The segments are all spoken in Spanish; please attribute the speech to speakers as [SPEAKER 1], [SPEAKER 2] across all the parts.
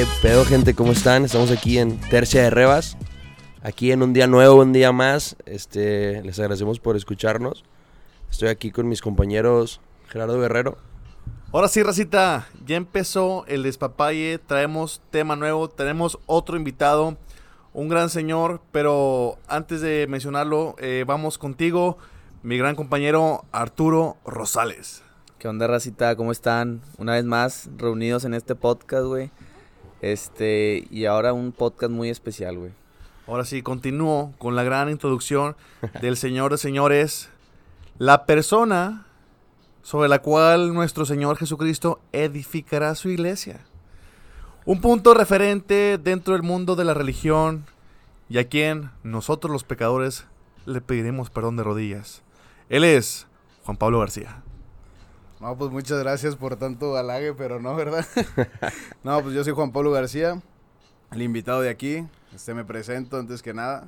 [SPEAKER 1] ¿Qué pedo, gente? ¿Cómo están? Estamos aquí en Tercia de Rebas. Aquí en un día nuevo, un día más. Les agradecemos por escucharnos. Estoy aquí con mis compañeros Gerardo Guerrero.
[SPEAKER 2] Ahora sí, racita, ya empezó el despapalle. Traemos tema nuevo, tenemos otro invitado, un gran señor. Pero antes de mencionarlo, vamos contigo, mi gran compañero Arturo Rosales.
[SPEAKER 3] ¿Qué onda, racita? ¿Cómo están? Una vez más, reunidos en este podcast, güey. Y ahora un podcast muy especial, güey.
[SPEAKER 2] Ahora sí, continúo con la gran introducción del señor de señores. La persona sobre la cual nuestro Señor Jesucristo edificará su iglesia. Un punto referente dentro del mundo de la religión y a quien nosotros los pecadores le pediremos perdón de rodillas. Él es Juan Pablo García.
[SPEAKER 4] No, pues muchas gracias por tanto halague, pero no, ¿verdad? No, pues yo soy Juan Pablo García, el invitado de aquí. Me presento antes que nada.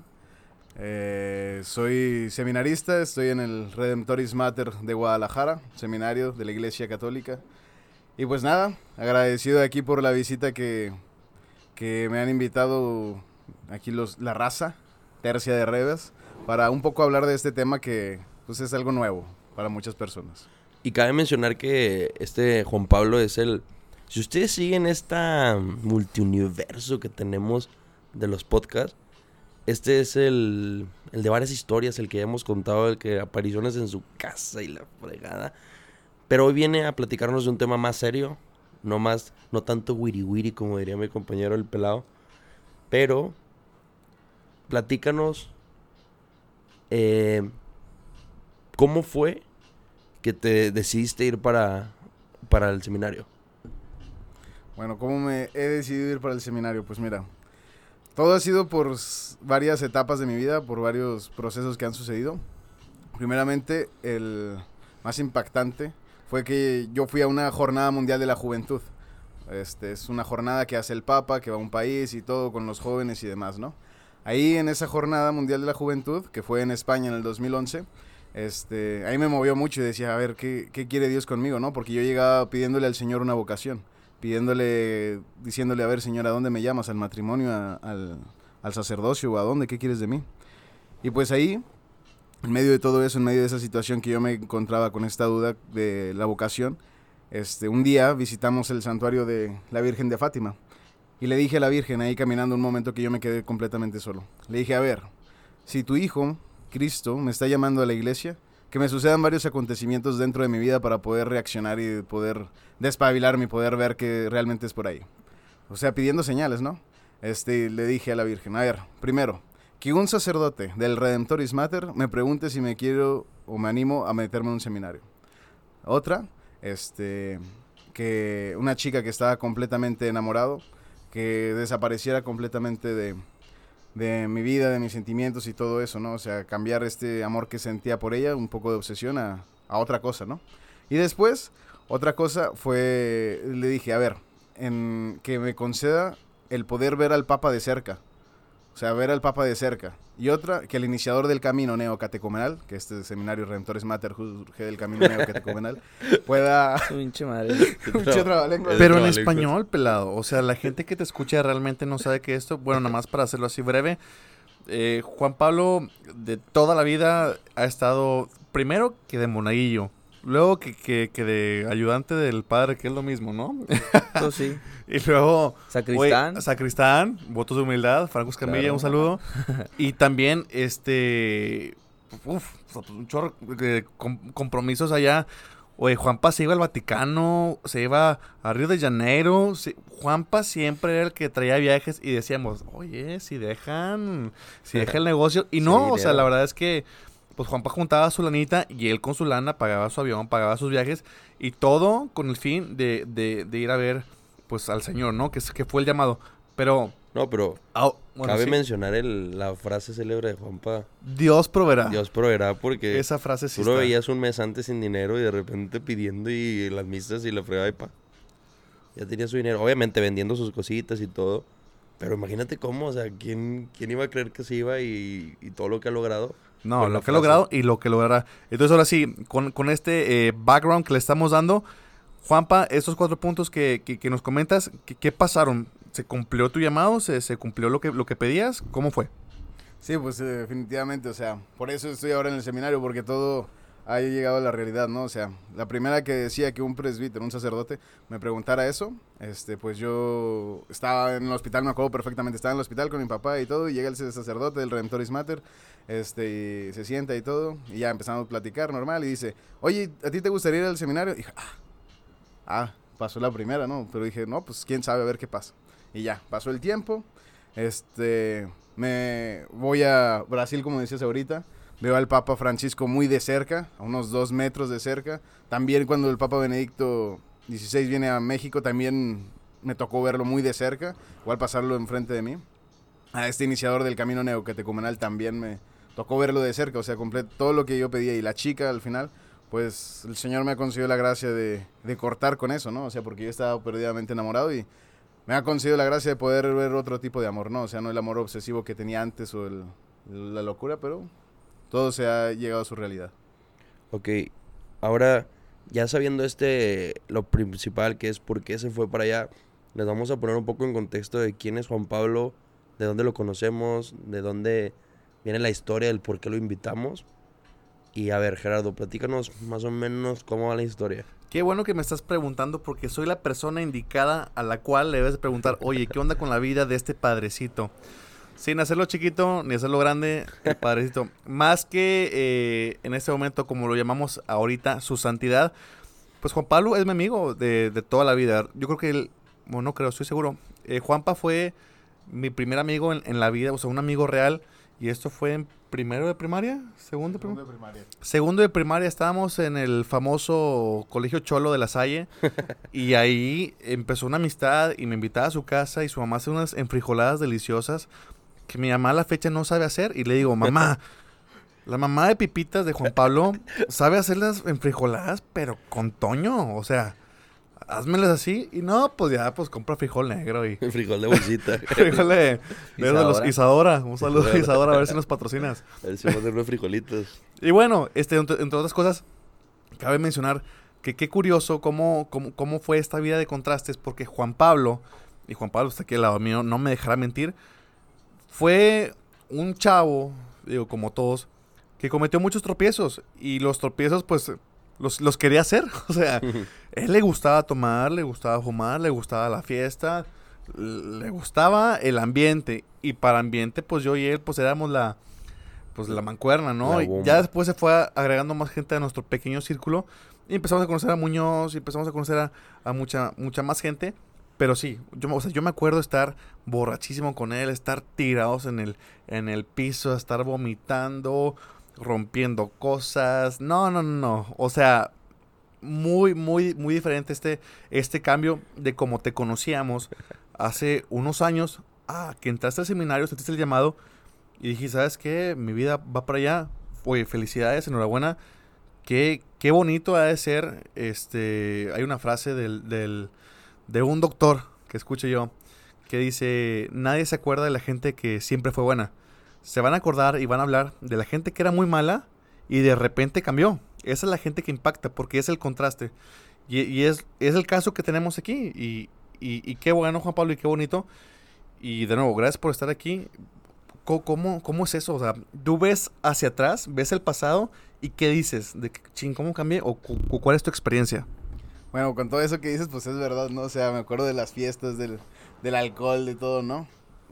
[SPEAKER 4] Soy seminarista, estoy en el Redemptoris Mater de Guadalajara, seminario de la Iglesia Católica. Y pues nada, agradecido aquí por la visita que me han invitado aquí la raza, Tercia de Rebas, para un poco hablar de este tema que pues es algo nuevo para muchas personas.
[SPEAKER 1] Y cabe mencionar que Juan Pablo es si ustedes siguen esta multiuniverso que tenemos de los podcasts, este es el de varias historias, el que ya hemos contado, el que apariciones en su casa y la fregada. Pero hoy viene a platicarnos de un tema más serio, no tanto wiri wiri como diría mi compañero el pelado. Pero platícanos cómo fue que te decidiste ir para el seminario.
[SPEAKER 4] Bueno, ¿cómo me he decidido ir para el seminario? Pues mira, todo ha sido por varias etapas de mi vida, por varios procesos que han sucedido. Primeramente, el más impactante fue que yo fui a una jornada mundial de la juventud. Es una jornada que hace el Papa, que va a un país y todo con los jóvenes y demás, ¿no? Ahí en esa jornada mundial de la juventud, que fue en España en el 2011, ahí me movió mucho y decía, a ver, ¿qué quiere Dios conmigo, no? Porque yo llegaba pidiéndole al Señor una vocación, diciéndole, a ver, Señor, ¿a dónde me llamas? ¿Al matrimonio? ¿Al sacerdocio? ¿O a dónde? ¿Qué quieres de mí? Y pues ahí, en medio de todo eso, en medio de esa situación que yo me encontraba con esta duda de la vocación, un día visitamos el santuario de la Virgen de Fátima. Y le dije a la Virgen, ahí caminando un momento que yo me quedé completamente solo. Le dije, a ver, si tu hijo, Cristo, me está llamando a la iglesia, que me sucedan varios acontecimientos dentro de mi vida para poder reaccionar y poder despabilarme y poder ver que realmente es por ahí. O sea, pidiendo señales, ¿no? Le dije a la Virgen, a ver, primero, que un sacerdote del Redemptoris Mater me pregunte si me quiero o me animo a meterme en un seminario. Otra, que una chica que estaba completamente enamorado, que desapareciera completamente de mi vida, de mis sentimientos y todo eso, ¿no? O sea, cambiar este amor que sentía por ella, un poco de obsesión a otra cosa, ¿no? Y después, otra cosa fue, le dije, a ver, que me conceda el poder ver al Papa de cerca. O sea, ver al Papa de cerca. Y otra, que el iniciador del camino neocatecumenal, que este seminario Redemptoris Mater surge del camino neocatecumenal, pueda...
[SPEAKER 3] Pinche madre.
[SPEAKER 2] Pero en español, pelado. O sea, la gente que te escucha realmente no sabe que esto... Bueno, nada más para hacerlo así breve. Juan Pablo, de toda la vida, ha estado... Primero que de monaguillo. Luego que de ayudante del padre, que es lo mismo, ¿no?
[SPEAKER 3] Eso sí.
[SPEAKER 2] Y luego...
[SPEAKER 3] Sacristán,
[SPEAKER 2] votos de humildad, Franco Escamilla, claro. Un saludo. Y también, un chorro de compromisos allá. Oye, Juanpa se iba al Vaticano, se iba a Río de Janeiro. Juanpa siempre era el que traía viajes y decíamos, oye, si deja el negocio. Y no, o sea, la verdad es que... Pues Juanpa juntaba su lanita y él con su lana pagaba su avión, pagaba sus viajes y todo con el fin de ir a ver pues al Señor, ¿no? Que fue el llamado. Pero...
[SPEAKER 1] No, pero cabe mencionar la frase célebre de Juanpa.
[SPEAKER 2] Dios proveerá.
[SPEAKER 1] Dios proveerá, porque
[SPEAKER 2] esa frase sí
[SPEAKER 1] tú lo veías un mes antes sin dinero y de repente pidiendo y las misas y la fregada y ya tenía su dinero. Obviamente vendiendo sus cositas y todo. Pero imagínate cómo, o sea, ¿quién iba a creer que se iba y todo lo que ha logrado?
[SPEAKER 2] No, lo que ha logrado y lo que logrará. Entonces, ahora sí, con este background que le estamos dando, Juanpa, estos 4 puntos que nos comentas, ¿qué pasaron? ¿Se cumplió tu llamado? ¿Se cumplió lo que pedías? ¿Cómo fue?
[SPEAKER 4] Sí, pues definitivamente, o sea, por eso estoy ahora en el seminario, porque todo ha llegado a la realidad, ¿no? O sea, la primera que decía que un presbítero, un sacerdote, me preguntara eso, pues yo estaba en el hospital, me acuerdo perfectamente, estaba en el hospital con mi papá y todo, y llega el sacerdote del Redemptoris Mater, y se sienta y todo, y ya empezamos a platicar normal, y dice, oye, ¿a ti te gustaría ir al seminario? Y dije, pasó la primera, ¿no? Pero dije, no, pues quién sabe, a ver qué pasa. Y ya, pasó el tiempo, me voy a Brasil, como decías ahorita. Veo al Papa Francisco muy de cerca, a unos 2 metros de cerca. También cuando el Papa Benedicto XVI viene a México, también me tocó verlo muy de cerca. Igual pasarlo enfrente de mí. A este iniciador del camino neocatecumenal también me tocó verlo de cerca. O sea, completo todo lo que yo pedía. Y la chica, al final, pues el Señor me ha concedido la gracia de cortar con eso, ¿no? O sea, porque yo estaba perdidamente enamorado y me ha concedido la gracia de poder ver otro tipo de amor, ¿no? O sea, no el amor obsesivo que tenía antes o la locura, pero todo se ha llegado a su realidad.
[SPEAKER 1] Ok, ahora ya sabiendo lo principal que es por qué se fue para allá, les vamos a poner un poco en contexto de quién es Juan Pablo, de dónde lo conocemos, de dónde viene la historia, del por qué lo invitamos. Y a ver, Gerardo, platícanos más o menos cómo va la historia.
[SPEAKER 2] Qué bueno que me estás preguntando porque soy la persona indicada a la cual le debes preguntar, oye, ¿qué onda con la vida de este padrecito? Sin hacerlo chiquito ni hacerlo grande, el padrecito. Más que en este momento, como lo llamamos ahorita, su santidad, pues Juan Pablo es mi amigo de toda la vida. Yo creo que no creo, estoy seguro. Juanpa fue mi primer amigo en la vida, o sea, un amigo real. Y esto fue en primero de primaria, segundo de primaria. Segundo de primaria, estábamos en el famoso Colegio Cholo de La Salle. Y ahí empezó una amistad y me invitaba a su casa y su mamá hace unas enfrijoladas deliciosas que mi mamá a la fecha no sabe hacer. Y le digo, mamá, la mamá de Pipitas de Juan Pablo sabe hacer las enfrijoladas, pero con Toño, o sea, házmelas así. Y no, pues ya, pues compra frijol negro y
[SPEAKER 1] Frijol de bolsita.
[SPEAKER 2] frijol de los Isadora. Un saludo a Isadora, a ver si nos patrocinas.
[SPEAKER 1] A ver si vamos a hacer unos frijolitos.
[SPEAKER 2] Y bueno, entre otras cosas, cabe mencionar que qué curioso cómo fue esta vida de contrastes, porque Juan Pablo está aquí al lado mío, no me dejará mentir, fue un chavo, digo, como todos, que cometió muchos tropiezos, y los tropiezos, pues, los quería hacer. O sea, él le gustaba tomar, le gustaba fumar, le gustaba la fiesta, le gustaba el ambiente, y para ambiente, pues yo y él, pues éramos la mancuerna, ¿no? Y ya después se fue agregando más gente a nuestro pequeño círculo, y empezamos a conocer a Muñoz, y empezamos a conocer a mucha más gente. Pero sí, yo me acuerdo estar borrachísimo con él, estar tirados en el piso, estar vomitando, rompiendo cosas. No. O sea, muy, muy, muy diferente este cambio de cómo te conocíamos hace unos años a que entraste al seminario, sentiste el llamado y dije, ¿sabes qué? Mi vida va para allá. Oye, felicidades, enhorabuena. Qué bonito ha de ser. Hay una frase de un doctor que escucho yo que dice, nadie se acuerda de la gente que siempre fue buena. Se van a acordar y van a hablar de la gente que era muy mala y de repente cambió. Esa es la gente que impacta porque es el contraste. Y es el caso que tenemos aquí. Y qué bueno, Juan Pablo, y qué bonito. Y de nuevo, gracias por estar aquí. ¿Cómo es eso? O sea, tú ves hacia atrás, ves el pasado y ¿qué dices? ¿Cómo cambié? ¿O cuál es tu experiencia?
[SPEAKER 4] Bueno, con todo eso que dices, pues es verdad, ¿no? O sea, me acuerdo de las fiestas, del alcohol, de todo, ¿no?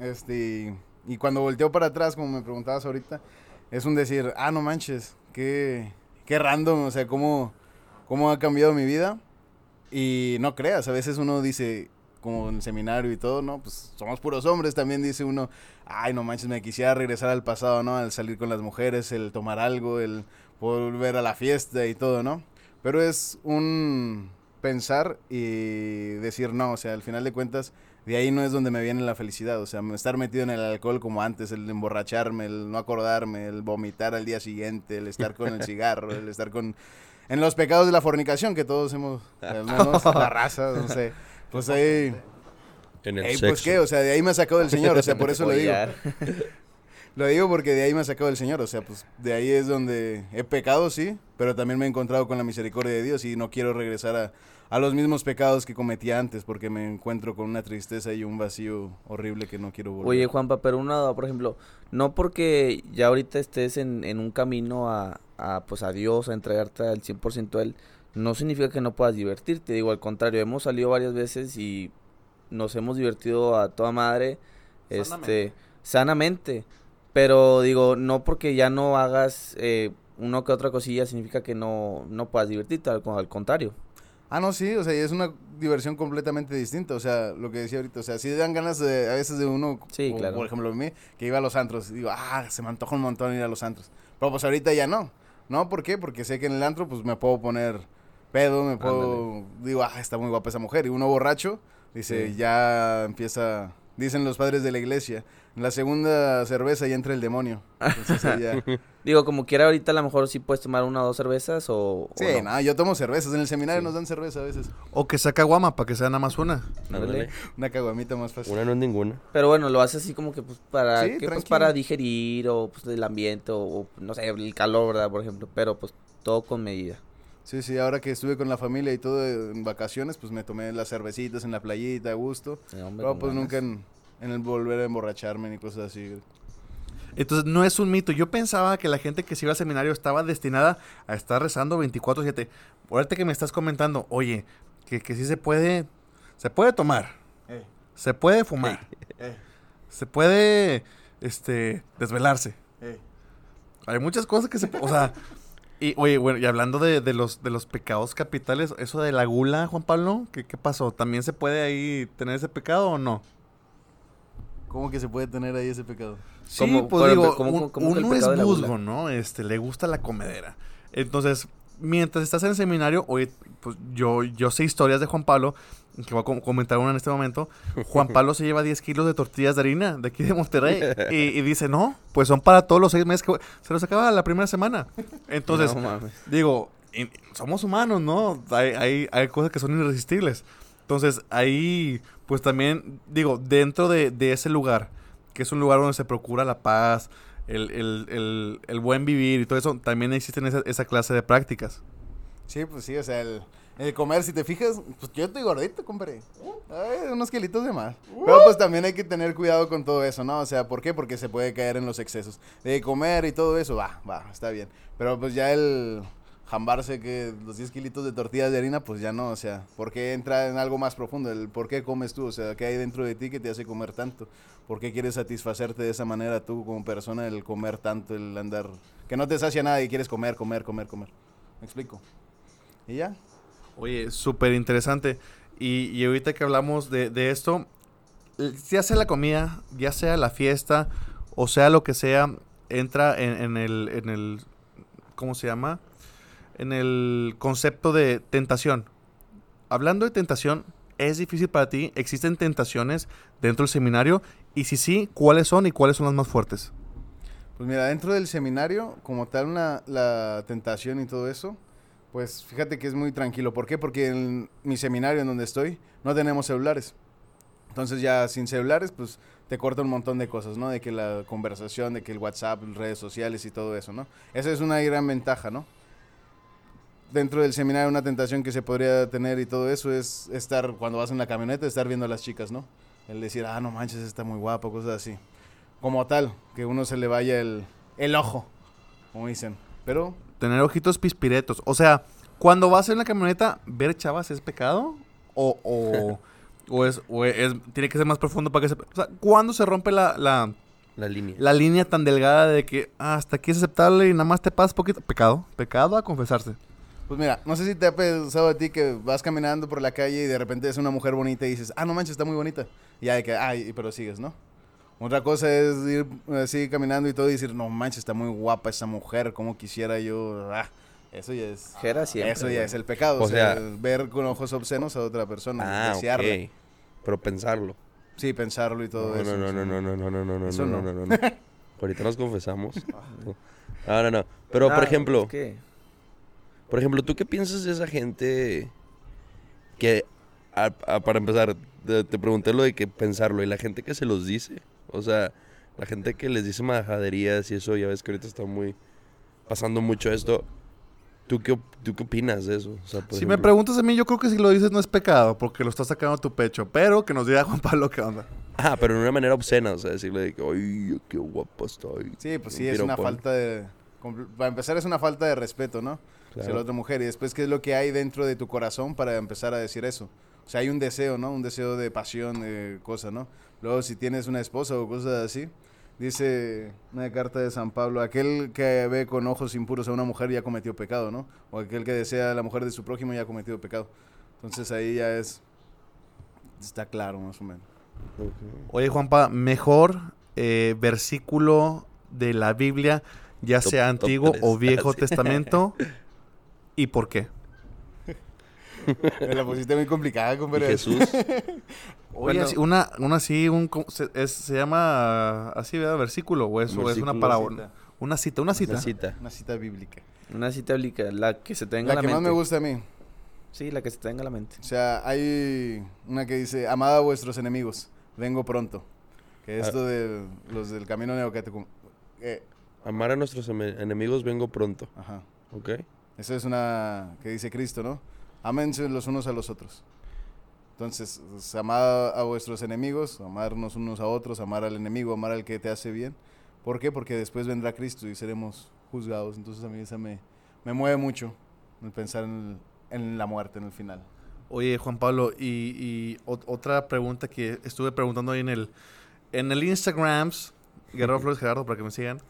[SPEAKER 4] Y cuando volteo para atrás, como me preguntabas ahorita, es un decir, no manches, qué random, o sea, cómo ha cambiado mi vida. Y no creas, a veces uno dice, como en el seminario y todo, ¿no? Pues somos puros hombres, también dice uno, ay, no manches, me quisiera regresar al pasado, ¿no? Al salir con las mujeres, el tomar algo, el volver a la fiesta y todo, ¿no? Pero es un pensar y decir no, o sea, al final de cuentas, de ahí no es donde me viene la felicidad, o sea, estar metido en el alcohol como antes, el emborracharme, el no acordarme, el vomitar al día siguiente, el estar con el cigarro, el estar en los pecados de la fornicación, que todos hemos, al menos la raza, no sé, pues ahí,
[SPEAKER 1] En el
[SPEAKER 4] pues
[SPEAKER 1] sexo.
[SPEAKER 4] qué, o sea, de ahí me ha sacado el Señor, o sea, por eso lo digo. Lo digo porque de ahí me ha sacado el Señor, o sea, pues de ahí es donde he pecado, sí, pero también me he encontrado con la misericordia de Dios y no quiero regresar a los mismos pecados que cometí antes porque me encuentro con una tristeza y un vacío horrible que no quiero volver.
[SPEAKER 3] Oye, Juanpa, pero una duda, por ejemplo, no porque ya ahorita estés en un camino pues a Dios, a entregarte al 100% a Él, no significa que no puedas divertirte. Digo, al contrario, hemos salido varias veces y nos hemos divertido a toda madre, sanamente. Pero digo, no porque ya no hagas uno que otra cosilla significa que no puedas divertirte, al contrario.
[SPEAKER 4] Ah, no, sí, o sea, es una diversión completamente distinta, o sea, lo que decía ahorita, o sea, sí dan ganas a veces de uno,
[SPEAKER 3] Sí, claro.
[SPEAKER 4] por ejemplo, a mí, que iba a los antros, digo, se me antoja un montón ir a los antros, pero pues ahorita ya no, ¿no? ¿Por qué? Porque sé que en el antro, pues, me puedo poner pedo, digo, está muy guapa esa mujer, y uno borracho, dice,
[SPEAKER 3] Sí.
[SPEAKER 4] ya empieza, dicen los padres de la iglesia, en la segunda cerveza ya entra el demonio, entonces ahí ya...
[SPEAKER 3] Digo, como quiera ahorita a lo mejor sí puedes tomar una o dos cervezas o
[SPEAKER 4] Sí,
[SPEAKER 3] no.
[SPEAKER 4] no, yo tomo cervezas, en el seminario
[SPEAKER 3] Sí.
[SPEAKER 4] nos dan cerveza a veces,
[SPEAKER 2] O que saca guama para que sea nada más una.
[SPEAKER 3] Ándale.
[SPEAKER 4] una caguamita más fácil.
[SPEAKER 1] Una no es ninguna.
[SPEAKER 3] Pero bueno, lo haces así como que pues para
[SPEAKER 4] Sí,
[SPEAKER 3] pues
[SPEAKER 4] tranquilo.
[SPEAKER 3] para digerir o pues el ambiente o no sé, el calor, ¿verdad? Por ejemplo, pero pues todo con medida.
[SPEAKER 4] Sí, sí, ahora que estuve con la familia y todo en vacaciones, pues me tomé las cervecitas en la playita a gusto.
[SPEAKER 3] Sí, hombre,
[SPEAKER 4] Pero
[SPEAKER 3] con
[SPEAKER 4] pues
[SPEAKER 3] ganas.
[SPEAKER 4] nunca en el volver a emborracharme ni cosas así.
[SPEAKER 2] Entonces, no es un mito. Yo pensaba que la gente que se iba al seminario estaba destinada a estar rezando 24/7. Ahorita que me estás comentando, oye, que sí se puede tomar, se puede fumar, se puede, desvelarse. Hay muchas cosas que o sea, y oye, bueno, y hablando de los pecados capitales, eso de la gula, Juan Pablo, ¿qué pasó? ¿También se puede ahí tener ese pecado o no?
[SPEAKER 4] ¿Cómo que se puede tener ahí ese pecado?
[SPEAKER 2] Sí,
[SPEAKER 3] ¿Cómo-
[SPEAKER 2] pues
[SPEAKER 3] pero,
[SPEAKER 2] digo,
[SPEAKER 3] cómo que el
[SPEAKER 2] uno
[SPEAKER 3] pecado
[SPEAKER 2] es
[SPEAKER 3] de la gula?
[SPEAKER 2] busgo, ¿no? Le gusta la comedera. Entonces, mientras estás en el seminario, oye, pues yo sé historias de Juan Pablo, que voy a comentar una en este momento. Juan Pablo se lleva 10 kilos de tortillas de harina de aquí de Monterrey y dice, no, pues son para todos los 6 meses que se los acaba la primera semana. Entonces,
[SPEAKER 3] No mames.
[SPEAKER 2] digo, somos humanos, ¿no? Hay cosas que son irresistibles. Entonces, ahí, pues también, digo, dentro de ese lugar, que es un lugar donde se procura la paz, el buen vivir y todo eso, también existen esa clase de prácticas.
[SPEAKER 4] Sí, pues sí, o sea, el comer, si te fijas, pues yo estoy gordito, compadre. Ay, unos kilitos de más. Pero pues también hay que tener cuidado con todo eso, ¿no? O sea, ¿por qué? Porque se puede caer en los excesos. De comer y todo eso, va, está bien. Pero pues ya el jambarse que los 10 kilitos de tortillas de harina, pues ya no, o sea, ¿por qué entra en algo más profundo? El por qué comes tú, o sea, ¿qué hay dentro de ti que te hace comer tanto? ¿Por qué quieres satisfacerte de esa manera tú como persona, el comer tanto, el andar, que no te sacia nada y quieres comer? ¿Me explico? ¿Y ya?
[SPEAKER 2] Oye, súper interesante. Y ahorita que hablamos de esto, ya sea la comida, ya sea la fiesta, o sea lo que sea, entra en el ¿cómo se llama? En el concepto de tentación. Hablando de tentación, ¿es difícil para ti? ¿Existen tentaciones dentro del seminario? Y si sí, ¿cuáles son y cuáles son las más fuertes?
[SPEAKER 4] Pues mira, dentro del seminario, como tal, la tentación y todo eso, pues fíjate que es muy tranquilo. ¿Por qué? Porque en mi seminario en donde estoy no tenemos celulares. Entonces ya sin celulares, pues te corta un montón de cosas, ¿no? De que la conversación, de que el WhatsApp, redes sociales y todo eso, ¿no? Esa es una gran ventaja, ¿no? Dentro del seminario una tentación que se podría tener y todo eso es estar, cuando vas en la camioneta, estar viendo a las chicas, ¿no? El decir, no manches, está muy guapo, cosas así. Como tal, que uno se le vaya el ojo, como dicen. Pero
[SPEAKER 2] Tener ojitos pispiretos. O sea, cuando vas en la camioneta, ¿ver chavas es pecado? ¿O tiene que ser más profundo para que se... O sea, ¿cuándo se rompe
[SPEAKER 1] La línea.
[SPEAKER 2] la línea tan delgada de que hasta aquí es aceptable y nada más te pasas poquito? Pecado. Pecado a confesarse.
[SPEAKER 4] pues mira, no sé si te ha pensado a ti que vas caminando por la calle y de repente es una mujer bonita y dices, no manches, está muy bonita. Y ya de que, pero sigues, ¿no? Otra cosa es ir así caminando y todo y decir, no manches, está muy guapa esa mujer, cómo quisiera yo. Eso ya es...
[SPEAKER 3] Jera siempre.
[SPEAKER 4] Eso ya es el pecado,
[SPEAKER 1] O
[SPEAKER 4] o sea,
[SPEAKER 1] sea,
[SPEAKER 4] ver con ojos obscenos a otra persona, desearla.
[SPEAKER 1] ok. Pero pensarlo.
[SPEAKER 4] Sí, pensarlo y todo eso.
[SPEAKER 1] No.
[SPEAKER 4] Eso no.
[SPEAKER 1] Ahorita nos confesamos. No. Pero, por ejemplo,
[SPEAKER 3] ¿Qué?
[SPEAKER 1] ¿tú qué piensas de esa gente que, para empezar, te pregunté lo de que pensarlo y la gente que se los dice? O sea, La gente que les dice majaderías y eso, ya ves que ahorita está muy pasando mucho esto. ¿Tú qué opinas de eso? O sea, por
[SPEAKER 2] Si me
[SPEAKER 1] ejemplo,
[SPEAKER 2] preguntas a mí, yo creo que si lo dices no es pecado, porque lo estás sacando a tu pecho. Pero que nos diga Juan Pablo qué onda.
[SPEAKER 1] pero en una manera obscena, o sea, decirle de que, ay, qué guapo estoy.
[SPEAKER 4] Sí, pues
[SPEAKER 1] Un
[SPEAKER 4] sí, es una
[SPEAKER 1] piropón.
[SPEAKER 4] falta de... Para empezar es una falta de respeto, ¿no? Hacia
[SPEAKER 1] Claro.
[SPEAKER 4] la otra mujer. Y después, ¿qué es lo que hay dentro de tu corazón para empezar a decir eso? O sea, hay un deseo, ¿no? Un deseo de pasión, de cosa, ¿no? Luego, si tienes una esposa o cosas así, dice una carta de San Pablo, aquel que ve con ojos impuros a una mujer ya cometió pecado, ¿no? O aquel que desea a la mujer de su prójimo ya ha cometido pecado. Entonces ahí ya está claro, más o menos.
[SPEAKER 1] Ok.
[SPEAKER 2] Oye, Juanpa, mejor versículo de la Biblia, ya
[SPEAKER 1] Top-
[SPEAKER 2] sea
[SPEAKER 1] top
[SPEAKER 2] Antiguo
[SPEAKER 1] tres.
[SPEAKER 2] o Viejo
[SPEAKER 1] Sí.
[SPEAKER 2] Testamento, ¿y por qué?
[SPEAKER 4] Me la pusiste muy complicada,
[SPEAKER 1] Y
[SPEAKER 4] compadre.
[SPEAKER 1] Jesús,
[SPEAKER 2] Oye,
[SPEAKER 3] Bueno.
[SPEAKER 2] así, una así, se llama así, ¿verdad? Versículo, o es una
[SPEAKER 1] Versículo,
[SPEAKER 2] parábola. Una cita.
[SPEAKER 1] una cita.
[SPEAKER 4] Una cita bíblica.
[SPEAKER 3] Una cita bíblica, la que se tenga a
[SPEAKER 4] La
[SPEAKER 3] la
[SPEAKER 4] que más
[SPEAKER 3] mente.
[SPEAKER 4] me gusta a mí.
[SPEAKER 3] Sí, la que se tenga a la mente.
[SPEAKER 4] O sea, hay una que dice, amad a vuestros enemigos, vengo pronto. Que esto de los del camino neocatecum.
[SPEAKER 1] Amar a nuestros enemigos, vengo pronto.
[SPEAKER 4] Ajá.
[SPEAKER 1] ¿Ok?
[SPEAKER 4] Eso es una que dice Cristo, ¿no? Ámense los unos a los otros. Entonces, amad a vuestros enemigos, amarnos unos a otros, amar al enemigo, amar al que te hace bien. ¿Por qué? Porque después vendrá Cristo y seremos juzgados. Entonces a mí esa me mueve mucho el pensar en la muerte, en el final.
[SPEAKER 2] Oye, Juan Pablo, y otra pregunta que estuve preguntando ahí en el Instagrams, Guerrero Flores Gerardo, para que me sigan.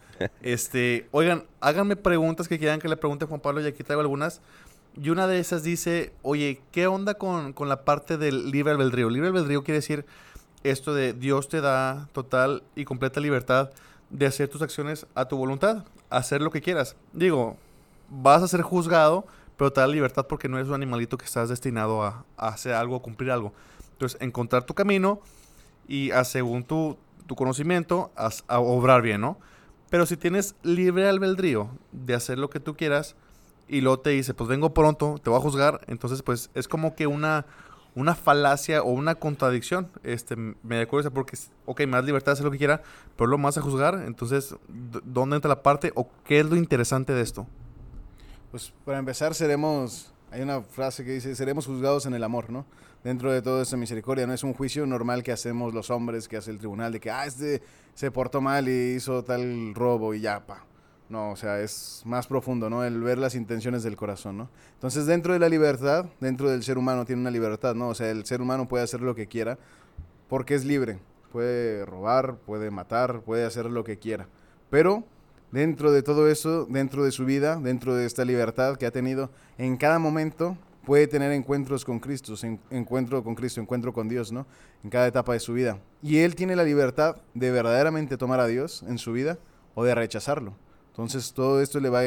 [SPEAKER 2] Oigan, háganme preguntas que quieran que le pregunte a Juan Pablo, y aquí traigo algunas. Y una de esas dice, oye, ¿qué onda con la parte del libre albedrío? Libre albedrío quiere decir esto de Dios te da total y completa libertad de hacer tus acciones a tu voluntad, hacer lo que quieras. Digo, vas a ser juzgado, pero te da libertad porque no eres un animalito que estás destinado a hacer algo, a cumplir algo. Entonces, encontrar tu camino y según tu conocimiento, a obrar bien, ¿no? Pero si tienes libre albedrío de hacer lo que tú quieras y luego te dice, pues vengo pronto, te voy a juzgar, entonces pues es como que una falacia o una contradicción. Me da curiosidad porque, ok, me das libertad de hacer lo que quiera, pero lo más a juzgar, entonces, ¿dónde entra la parte o qué es lo interesante de esto?
[SPEAKER 4] Pues para empezar hay una frase que dice, seremos juzgados en el amor, ¿no? Dentro de toda esta misericordia, no es un juicio normal que hacemos los hombres, que hace el tribunal, de que, se portó mal y hizo tal robo y ya, pa. No, o sea, es más profundo, ¿no? El ver las intenciones del corazón, ¿no? Entonces, dentro de la libertad, dentro del ser humano tiene una libertad, ¿no? O sea, el ser humano puede hacer lo que quiera porque es libre. Puede robar, puede matar, puede hacer lo que quiera. Pero dentro de todo eso, dentro de su vida, dentro de esta libertad que ha tenido, en cada momento puede tener encuentros con Cristo, encuentro con Dios, ¿no? En cada etapa de su vida. Y él tiene la libertad de verdaderamente tomar a Dios en su vida o de rechazarlo. Entonces todo esto le va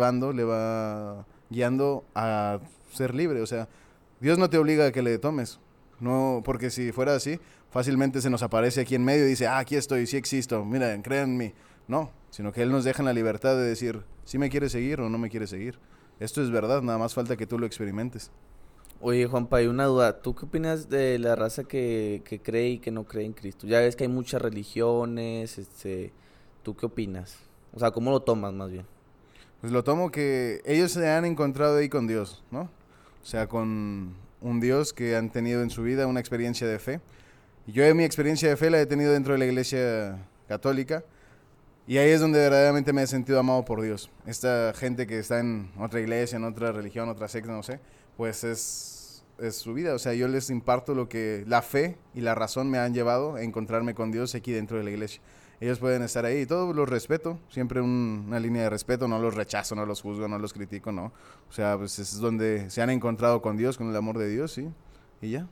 [SPEAKER 4] guiando a ser libre. O sea, Dios no te obliga a que le tomes. No, porque si fuera así, fácilmente se nos aparece aquí en medio y dice, aquí estoy, sí existo, miren, crean en mí. No, sino que Él nos deja en la libertad de decir, si me quiere seguir o no me quiere seguir. Esto es verdad, nada más falta que tú lo experimentes.
[SPEAKER 3] Oye, Juanpa, hay una duda. ¿Tú qué opinas de la raza que cree y que no cree en Cristo? Ya ves que hay muchas religiones, ¿tú qué opinas? O sea, ¿cómo lo tomas más bien?
[SPEAKER 4] Pues lo tomo que ellos se han encontrado ahí con Dios, ¿no? O sea, con un Dios que han tenido en su vida una experiencia de fe. Y yo mi experiencia de fe la he tenido dentro de la iglesia católica. Y ahí es donde verdaderamente me he sentido amado por Dios. Esta gente que está en otra iglesia, en otra religión, otra secta, no sé, pues es su vida. O sea, yo les imparto lo que la fe y la razón me han llevado a encontrarme con Dios aquí dentro de la iglesia. Ellos pueden estar ahí y todos los respeto, siempre una línea de respeto, no los rechazo, no los juzgo, no los critico, no. O sea, pues es donde se han encontrado con Dios, con el amor de Dios, ¿sí? Y ya.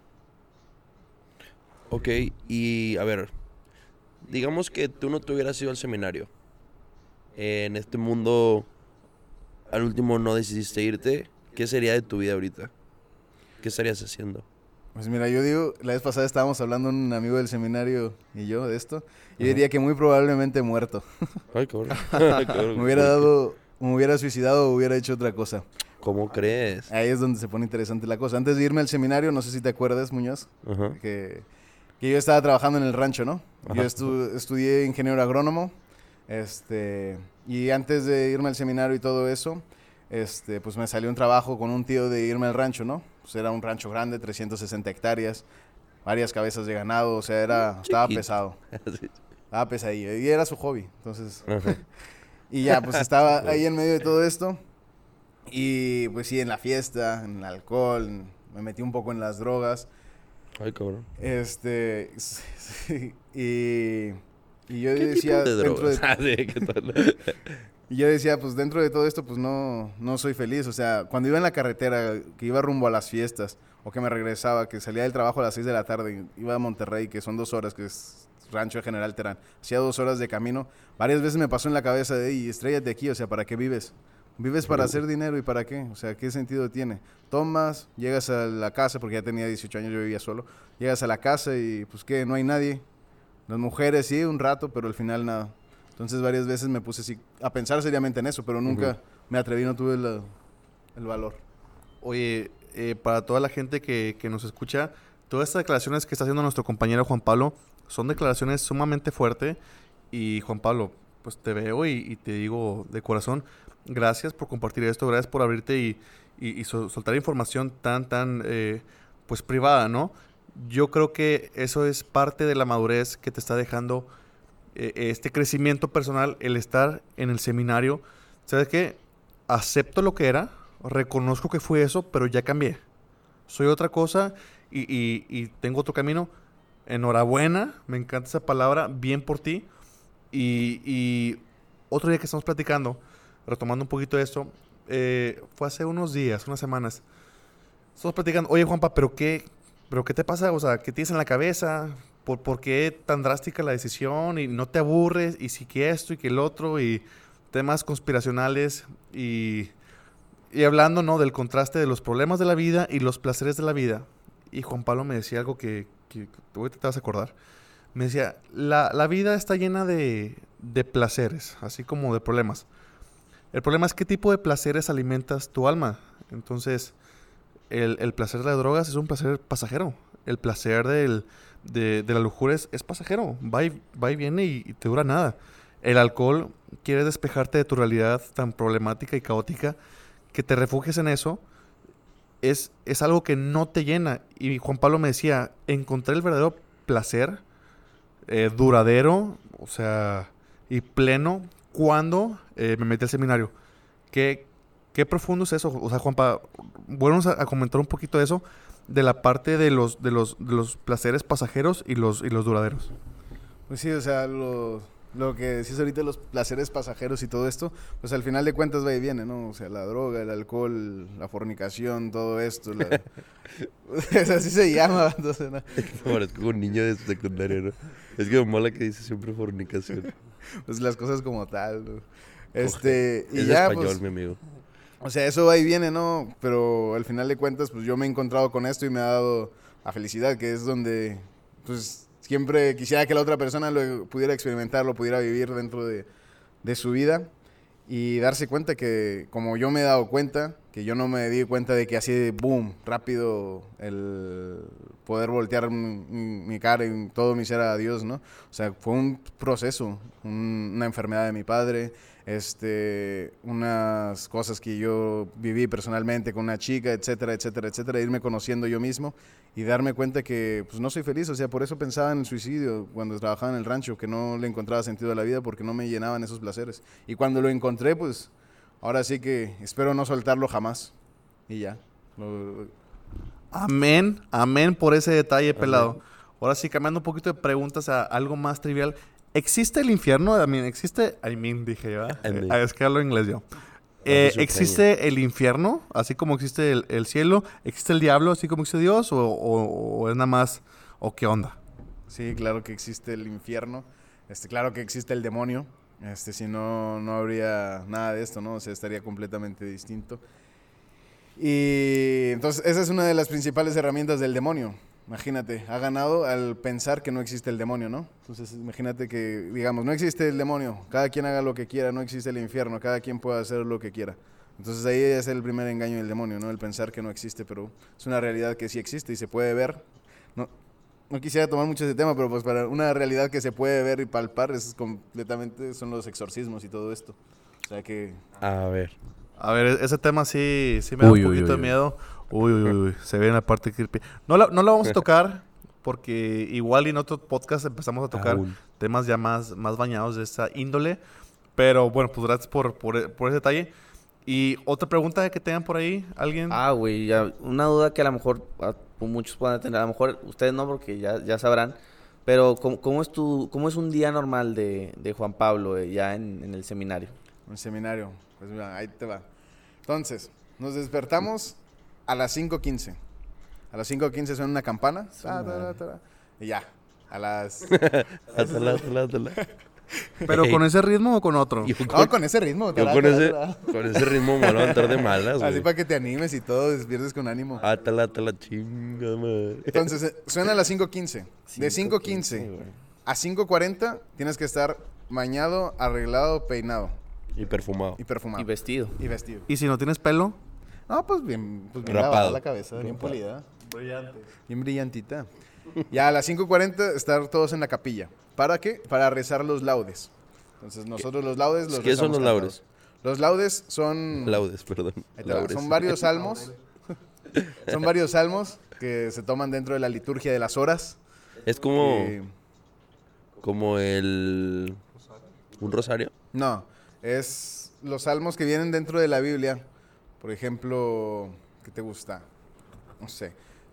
[SPEAKER 1] Ok, y a ver, digamos que tú no te hubieras ido al seminario. En este mundo, al último no decidiste irte. ¿Qué sería de tu vida ahorita? ¿Qué estarías haciendo?
[SPEAKER 4] Pues mira, yo digo, la vez pasada estábamos hablando un amigo del seminario y yo de esto. Yo
[SPEAKER 1] Ajá.
[SPEAKER 4] diría que muy probablemente muerto.
[SPEAKER 1] Ay, cabrón. Cabrón,
[SPEAKER 4] Me hubiera suicidado o hubiera hecho otra cosa.
[SPEAKER 1] ¿Cómo crees?
[SPEAKER 4] Ahí es donde se pone interesante la cosa. Antes de irme al seminario, no sé si te acuerdas, Muñoz,
[SPEAKER 1] Ajá.
[SPEAKER 4] que que yo estaba trabajando en el rancho, ¿no?
[SPEAKER 1] Ajá.
[SPEAKER 4] Yo estudié ingeniero agrónomo, y antes de irme al seminario y todo eso, pues me salió un trabajo con un tío de irme al rancho, ¿no? Pues era un rancho grande, 360 hectáreas, varias cabezas de ganado, o sea, estaba
[SPEAKER 1] Chiquito.
[SPEAKER 4] pesado,
[SPEAKER 1] Sí.
[SPEAKER 4] estaba pesadillo, y era su hobby, entonces...
[SPEAKER 1] Ajá.
[SPEAKER 4] Y ya, pues estaba ahí en medio de todo esto. Y pues sí, en la fiesta, en el alcohol, me metí un poco en las drogas.
[SPEAKER 1] Ay, cabrón.
[SPEAKER 4] Sí, y yo
[SPEAKER 1] ¿Qué
[SPEAKER 4] decía,
[SPEAKER 1] tipo de
[SPEAKER 4] dentro
[SPEAKER 1] drogas?
[SPEAKER 4] de,
[SPEAKER 1] Ah, sí, ¿qué tal?
[SPEAKER 4] y yo decía, pues dentro de todo esto, pues no soy feliz. O sea, cuando iba en la carretera, que iba rumbo a las fiestas, o que me regresaba, que salía del trabajo a las 6 de la tarde, iba a Monterrey, que son 2 horas, que es rancho de General Terán. Hacía 2 horas de camino. Varias veces me pasó en la cabeza de, y estrellate aquí, o sea, ¿para qué vives? ¿Vives para hacer dinero y para qué? O sea, ¿qué sentido tiene? Tomas, llegas a la casa, porque ya tenía 18 años, yo vivía solo. Llegas a la casa y, pues, ¿qué? No hay nadie. Las mujeres, sí, un rato, pero al final nada. Entonces, varias veces me puse así, a pensar seriamente en eso, pero nunca me atreví, no tuve el valor.
[SPEAKER 2] Oye, para toda la gente que nos escucha, todas estas declaraciones que está haciendo nuestro compañero Juan Pablo son declaraciones sumamente fuertes. Y Juan Pablo, pues te veo y te digo de corazón, gracias por compartir esto, gracias por abrirte y soltar información tan, pues privada, ¿no? Yo creo que eso es parte de la madurez que te está dejando este crecimiento personal, el estar en el seminario. ¿Sabes qué? Acepto lo que era, reconozco que fue eso, pero ya cambié. Soy otra cosa y tengo otro camino. Enhorabuena, me encanta esa palabra, bien por ti. Y otro día que estamos platicando, retomando un poquito esto, fue hace unos días, unas semanas. Estamos platicando, oye Juanpa, ¿pero qué te pasa? O sea, ¿qué tienes en la cabeza? ¿Por qué tan drástica la decisión? Y no te aburres, y sí que esto y que el otro, y temas conspiracionales, y hablando, ¿no? Del contraste de los problemas de la vida y los placeres de la vida. Y Juan Pablo me decía algo que ahorita te vas a acordar. Me decía, la vida está llena de placeres, así como de problemas. El problema es qué tipo de placeres alimentas tu alma. Entonces, el placer de las drogas es un placer pasajero. El placer de la lujuria es pasajero. Va y viene y te dura nada. El alcohol quiere despejarte de tu realidad tan problemática y caótica que te refugies en eso. Es algo que no te llena. Y Juan Pablo me decía, encontré el verdadero placer duradero, o sea, y pleno cuando me metí al seminario. ¿Qué profundo es eso? O sea, Juanpa, bueno, a comentar un poquito de eso, de la parte de los placeres pasajeros y los duraderos.
[SPEAKER 4] Pues sí, o sea, lo que decís ahorita, los placeres pasajeros y todo esto, pues al final de cuentas va y viene, ¿no? O sea, la droga, el alcohol, la fornicación, todo esto. Es así se llama. Entonces, ¿no?
[SPEAKER 1] Parezco un niño de secundaria, ¿no? Es que me mola que dice siempre fornicación.
[SPEAKER 4] Pues las cosas como tal, ¿no? Y
[SPEAKER 1] Es
[SPEAKER 4] ya,
[SPEAKER 1] español,
[SPEAKER 4] pues,
[SPEAKER 1] mi amigo.
[SPEAKER 4] o sea, eso va y viene, ¿no? Pero al final de cuentas, pues yo me he encontrado con esto y me ha dado la felicidad, que es donde, pues, siempre quisiera que la otra persona lo pudiera experimentar, lo pudiera vivir dentro de su vida y darse cuenta que, como yo me he dado cuenta, que yo no me di cuenta de que así de boom, rápido, el poder voltear mi cara y todo mi ser a Dios, ¿no? O sea, fue un proceso, una enfermedad de mi padre, unas cosas que yo viví personalmente con una chica, etcétera, etcétera, etcétera, irme conociendo yo mismo y darme cuenta que pues no soy feliz, o sea, por eso pensaba en el suicidio cuando trabajaba en el rancho, que no le encontraba sentido a la vida porque no me llenaban esos placeres. Y cuando lo encontré, pues ahora sí que espero no soltarlo jamás. Y ya.
[SPEAKER 2] Amén, amén por ese detalle, pelado. Ahora sí, cambiando un poquito de preguntas a algo más trivial. ¿Existe el infierno? ¿Existe? Dije yo. Es que hablo inglés yo. ¿Existe el infierno? Así como existe el cielo. ¿Existe el diablo? Así como existe Dios. ¿O es nada más? ¿O qué onda?
[SPEAKER 4] Sí, claro que existe el infierno. Claro que existe el demonio. Si no, no habría nada de esto, ¿no? O sea, estaría completamente distinto. Y entonces esa es una de las principales herramientas del demonio. Imagínate, ha ganado al pensar que no existe el demonio, ¿no? Entonces imagínate que, digamos, no existe el demonio, cada quien haga lo que quiera, no existe el infierno, cada quien puede hacer lo que quiera. Entonces ahí es el primer engaño del demonio, ¿no? El pensar que no existe, pero es una realidad que sí existe y se puede ver, ¿no? no quisiera tomar mucho ese tema, pero pues para una realidad que se puede ver y palpar es completamente, son los exorcismos y todo esto. O sea que...
[SPEAKER 1] A ver.
[SPEAKER 2] A ver, ese tema sí me da un poquito de miedo. Uy, se ve en la parte creepy. No la vamos a tocar porque igual en otro podcast empezamos a tocar temas ya más bañados de esta índole. Pero bueno, pues gracias por ese detalle. Y otra pregunta que tengan por ahí, ¿alguien?
[SPEAKER 3] Güey, ya una duda que a lo mejor muchos puedan tener, a lo mejor ustedes no porque ya sabrán, pero ¿cómo es un día normal de Juan Pablo ya en el seminario?
[SPEAKER 4] Un seminario, pues mira, ahí te va. Entonces, nos despertamos a las 5:15. A las 5:15 suena una campana. Y ya, a las...
[SPEAKER 1] Atala.
[SPEAKER 2] ¿Pero con ese ritmo o con otro?
[SPEAKER 4] No, con ese ritmo.
[SPEAKER 1] Yo con ese ritmo me voy a levantar de malas, güey.
[SPEAKER 4] Así para que te animes y todo, despiertes con ánimo.
[SPEAKER 1] Atala, chinga, madre.
[SPEAKER 4] Entonces, suena a las 5:15. De 5:15 a 5:40 tienes que estar bañado, arreglado, peinado.
[SPEAKER 1] Y perfumado.
[SPEAKER 3] Y vestido.
[SPEAKER 2] ¿Y si no tienes pelo?
[SPEAKER 4] No, pues bien
[SPEAKER 1] Rapado.
[SPEAKER 4] lavada la cabeza, bien polida.
[SPEAKER 2] Brillante.
[SPEAKER 4] Bien brillantita. Ya a las 5:40 estar todos en la capilla. ¿Para qué? Para rezar los laudes. Entonces nosotros los laudes los
[SPEAKER 1] ¿Qué son los
[SPEAKER 4] rezamos
[SPEAKER 1] laudes?
[SPEAKER 4] cantados. Los laudes son...
[SPEAKER 1] Laudes, perdón.
[SPEAKER 4] Ahí te va.
[SPEAKER 1] Laures.
[SPEAKER 4] Son varios salmos. Son varios salmos que se toman dentro de la liturgia de las horas.
[SPEAKER 1] Es como...
[SPEAKER 4] que-
[SPEAKER 1] Como el... ¿Un rosario?
[SPEAKER 4] No, es los salmos que vienen dentro de la Biblia. Por ejemplo, ¿qué te gusta? No sé.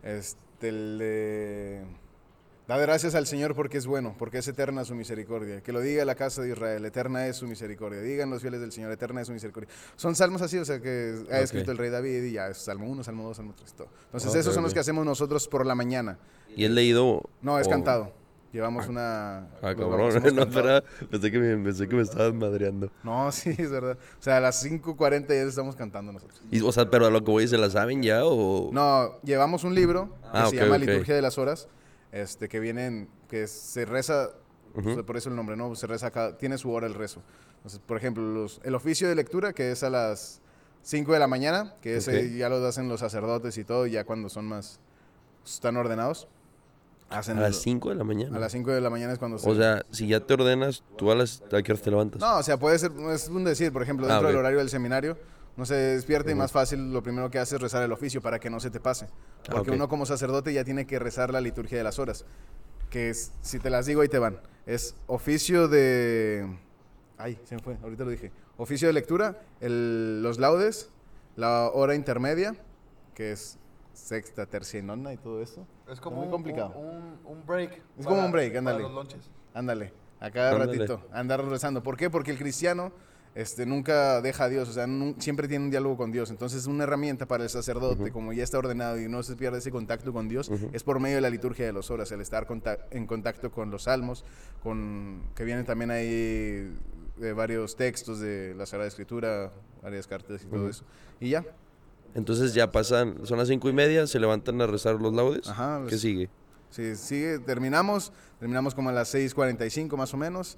[SPEAKER 4] El de... Da gracias al Señor porque es bueno, porque es eterna su misericordia. Que lo diga la casa de Israel, eterna es su misericordia. Digan los fieles del Señor, eterna es su misericordia. Son salmos así, o sea, que ha escrito el rey David y ya es Salmo 1, Salmo 2, Salmo 3, todo. Entonces esos son los que hacemos nosotros por la mañana.
[SPEAKER 1] ¿Y es leído?
[SPEAKER 4] No, es
[SPEAKER 1] o-
[SPEAKER 4] cantado. Llevamos una...
[SPEAKER 1] Ah,
[SPEAKER 4] los
[SPEAKER 1] cabrón.
[SPEAKER 4] bautismos
[SPEAKER 1] No,
[SPEAKER 4] cantados.
[SPEAKER 1] espera. Pensé que me estabas madreando.
[SPEAKER 4] No, sí, es verdad. O sea, a las 5:40 ya estamos cantando nosotros.
[SPEAKER 1] Y, o sea, pero a lo que voy, ¿se la saben ya o...?
[SPEAKER 4] No, llevamos un libro que se
[SPEAKER 1] ok,
[SPEAKER 4] llama
[SPEAKER 1] ok.
[SPEAKER 4] Liturgia de las Horas, que vienen, que se reza,
[SPEAKER 1] Ujú.
[SPEAKER 4] pues, por eso el nombre, ¿no? Se reza tiene su hora el rezo. Entonces, por ejemplo, el oficio de lectura, que es a las 5 de la mañana, que ese
[SPEAKER 1] Ok.
[SPEAKER 4] ya lo hacen los sacerdotes y todo, ya cuando son más, están ordenados. Hacen
[SPEAKER 1] A las 5 de la mañana.
[SPEAKER 4] a las 5 de la mañana es cuando se...
[SPEAKER 1] O sea, si ya te ordenas, ¿tú a qué hora te levantas?
[SPEAKER 4] No, o sea, puede ser, es un decir, por ejemplo, dentro
[SPEAKER 1] ok.
[SPEAKER 4] del horario del seminario, no se despierta y más fácil lo primero que hace es rezar el oficio para que no se te pase. Porque
[SPEAKER 1] ok.
[SPEAKER 4] uno como sacerdote ya tiene que rezar la liturgia de las horas, que es, si te las digo ahí te van, es oficio de... Ay, se me fue, ahorita lo dije. Oficio de lectura, los laudes, la hora intermedia, que es sexta, tercia y nona y todo eso.
[SPEAKER 2] Es
[SPEAKER 4] como muy complicado.
[SPEAKER 2] un break.
[SPEAKER 4] Es como un break, ándale.
[SPEAKER 2] Para los lunches.
[SPEAKER 4] Ándale, a cada
[SPEAKER 1] Ándale.
[SPEAKER 4] ratito, andar rezando. ¿Por qué? Porque el cristiano nunca deja a Dios, o sea, siempre tiene un diálogo con Dios. Entonces, una herramienta para el sacerdote, como ya está ordenado y no se pierde ese contacto con Dios, es por medio de la liturgia de las horas, el estar en contacto con los salmos, que vienen también ahí varios textos de la Sagrada Escritura, varias cartas y todo eso. Y ya.
[SPEAKER 1] Entonces ya pasan, son las 5:30, se levantan a rezar los laudes.
[SPEAKER 4] Ajá,
[SPEAKER 1] ¿Qué sigue?
[SPEAKER 4] Sí, sigue, terminamos como a las 6:45 más o menos.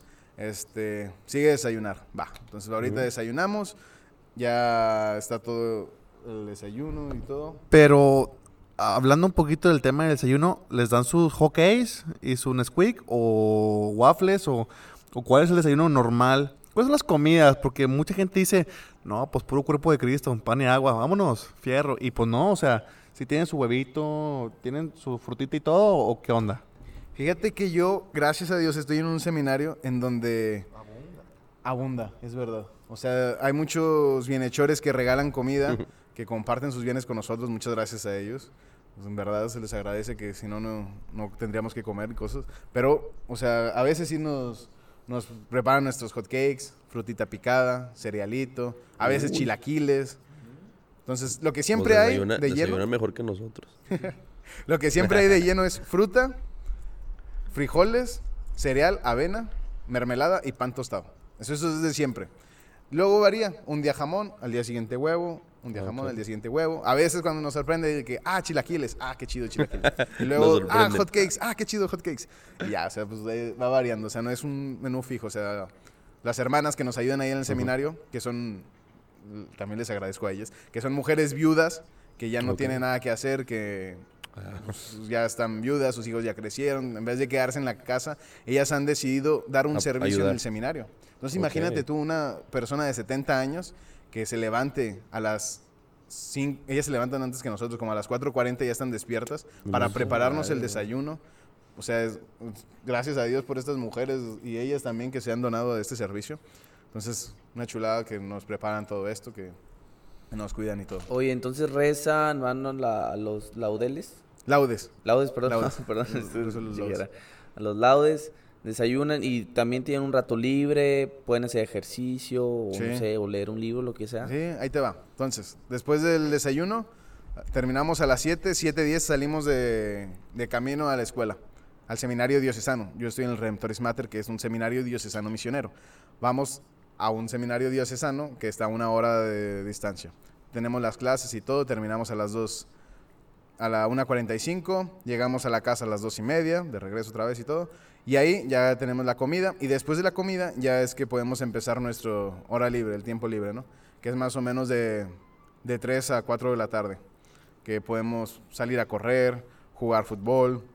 [SPEAKER 4] Sigue desayunar, va. Entonces ahorita desayunamos, ya está todo el desayuno y todo.
[SPEAKER 2] Pero, hablando un poquito del tema del desayuno, ¿les dan sus hotcakes y su Nesquik o waffles o cuál es el desayuno normal? ¿Cuáles son las comidas? Porque mucha gente dice, no, pues puro cuerpo de Cristo, pan y agua, vámonos, fierro. Y pues no, o sea, si tienen su huevito, tienen su frutita y todo, ¿o qué onda?
[SPEAKER 4] Fíjate que yo, gracias a Dios, estoy en un seminario en donde abunda, es verdad. O sea, hay muchos bienhechores que regalan comida, que comparten sus bienes con nosotros, muchas gracias a ellos. Pues en verdad se les agradece, que si no, no tendríamos que comer y cosas. Pero, o sea, a veces sí nos preparan nuestros hotcakes, frutita picada, cerealito, a veces chilaquiles. Entonces, lo que siempre hay de
[SPEAKER 1] Desayunan
[SPEAKER 4] lleno,
[SPEAKER 1] mejor que nosotros.
[SPEAKER 4] lo que siempre hay de lleno es fruta, frijoles, cereal, avena, mermelada y pan tostado. Eso es de siempre. Luego varía, un día jamón, al día siguiente huevo, un día jamón, al día siguiente huevo. A veces cuando nos sorprende de que, chilaquiles, qué chido chilaquiles. Y luego,
[SPEAKER 1] Nos sorprende.
[SPEAKER 4] hotcakes, qué chido hotcakes. Y ya, o sea, pues va variando, o sea, no es un menú fijo, o sea, las hermanas que nos ayudan ahí en el seminario, que son, también les agradezco a ellas, que son mujeres viudas, que ya no
[SPEAKER 1] Ok.
[SPEAKER 4] tienen nada que hacer, que pues, ya están viudas, sus hijos ya crecieron. En vez de quedarse en la casa, ellas han decidido dar un servicio
[SPEAKER 1] ayudar.
[SPEAKER 4] en el seminario. Entonces,
[SPEAKER 1] Ok.
[SPEAKER 4] imagínate tú una persona de 70 años que se levante a las 5, ellas se levantan antes que nosotros, como a las 4:40 ya están despiertas para
[SPEAKER 1] Hijo de
[SPEAKER 4] prepararnos el
[SPEAKER 1] madre.
[SPEAKER 4] desayuno. O sea, gracias a Dios por estas mujeres y ellas también que se han donado a este servicio. Entonces, una chulada que nos preparan todo esto, que nos cuidan y todo.
[SPEAKER 3] Oye, entonces rezan, van a los laudeles.
[SPEAKER 4] Laudes.
[SPEAKER 3] Laudes, perdón.
[SPEAKER 4] Laudes.
[SPEAKER 3] Perdón,
[SPEAKER 4] Los
[SPEAKER 3] ni
[SPEAKER 4] laudes.
[SPEAKER 3] siquiera. A los laudes, desayunan y también tienen un rato libre, pueden hacer ejercicio, o
[SPEAKER 4] Sí.
[SPEAKER 3] no sé, o leer un libro, lo que sea.
[SPEAKER 4] Sí, ahí te va. Entonces, después del desayuno, terminamos a las 7:10 salimos de camino a la escuela, al seminario diocesano. Yo estoy en el Redemptoris Mater, que es un seminario diocesano misionero. Vamos a un seminario diocesano que está a 1 hora de distancia. Tenemos las clases y todo, terminamos a las 2, a la 1:45, llegamos a la casa a las 2:30, de regreso otra vez y todo. Y ahí ya tenemos la comida, y después de la comida ya es que podemos empezar nuestro hora libre, el tiempo libre, ¿no? Que es más o menos de 3 a 4 de la tarde, que podemos salir a correr, jugar fútbol,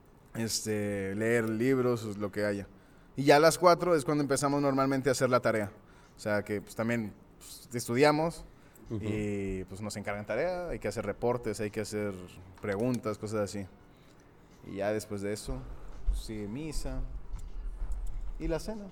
[SPEAKER 4] leer libros, lo que haya. Y ya a las 4 es cuando empezamos normalmente a hacer la tarea. O sea que pues, también estudiamos y pues nos encargan tarea, hay que hacer reportes, hay que hacer preguntas, cosas así. Y ya después de eso, pues, sigue misa y la cena.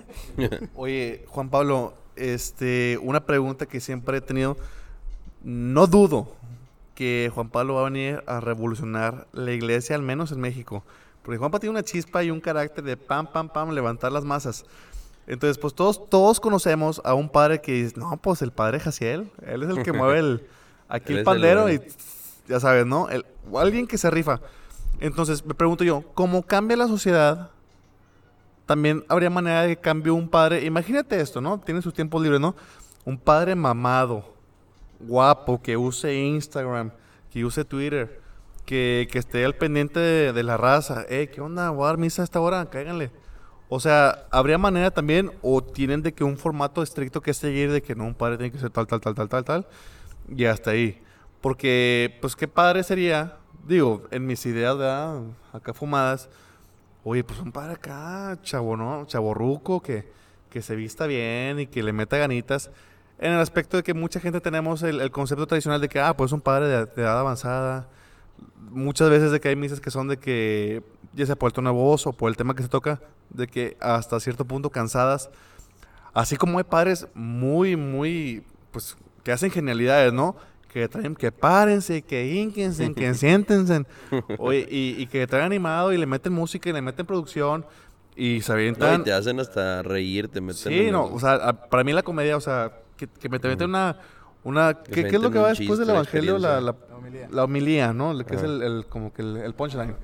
[SPEAKER 2] Oye, Juan Pablo, una pregunta que siempre he tenido. No dudo que Juan Pablo va a venir a revolucionar la iglesia, al menos en México. Porque Juanpa tiene una chispa y un carácter de pam, pam, pam, levantar las masas. Entonces, pues todos conocemos a un padre que dice, no, pues el padre Jaciel, él es el que mueve aquí
[SPEAKER 1] Él
[SPEAKER 2] el
[SPEAKER 1] es
[SPEAKER 2] pandero
[SPEAKER 1] el-
[SPEAKER 2] y ya sabes, ¿no? O alguien que se rifa. Entonces, me pregunto yo, ¿cómo cambia la sociedad? También habría manera de que cambie un padre. Imagínate esto, ¿no? Tiene sus tiempos libres, ¿no? Un padre mamado, guapo, que use Instagram, que use Twitter, que esté al pendiente de la raza. ¿Qué onda? Voy a dar misa a esta hora, cáiganle. O sea, ¿habría manera también o tienen de que un formato estricto que seguir de que no, un padre tiene que ser tal, y hasta ahí? Porque, pues, qué padre sería, digo, en mis ideas, ¿verdad? Acá fumadas, oye, pues un padre acá, chavo, ¿no? Chavorruco, que se vista bien y que le meta ganitas. En el aspecto de que mucha gente tenemos el concepto tradicional de que, pues un padre de edad avanzada. Muchas veces de que hay misas que son de que, ya sea por el tono de voz o por el tema que se toca, de que hasta cierto punto cansadas. Así como hay padres muy, pues, que hacen genialidades, ¿no? Que traen, que párense, que hínquense, que siéntense. Oye, y que traen animado y le meten música y le meten producción y se
[SPEAKER 1] No, y
[SPEAKER 2] avientan.
[SPEAKER 1] te hacen hasta reír, te meten
[SPEAKER 2] Sí, no, o sea, para mí la comedia, o sea, que me te meten una
[SPEAKER 1] Que se
[SPEAKER 2] ¿qué es lo que va
[SPEAKER 1] inventen un
[SPEAKER 2] después del
[SPEAKER 1] chiste, la
[SPEAKER 2] evangelio?
[SPEAKER 1] experiencia.
[SPEAKER 2] La homilía, ¿no? Que es
[SPEAKER 1] Ajá.
[SPEAKER 2] como que el punchline.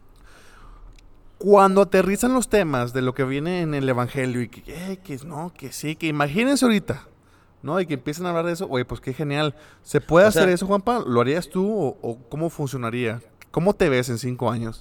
[SPEAKER 2] Cuando aterrizan los temas de lo que viene en el evangelio y que no, que sí, que imagínense ahorita, ¿no? Y que empiezan a hablar de eso, oye, pues qué genial. ¿Se puede
[SPEAKER 1] O sea-
[SPEAKER 2] hacer eso, Juanpa? ¿Lo harías tú o cómo funcionaría? ¿Cómo te ves en 5 años?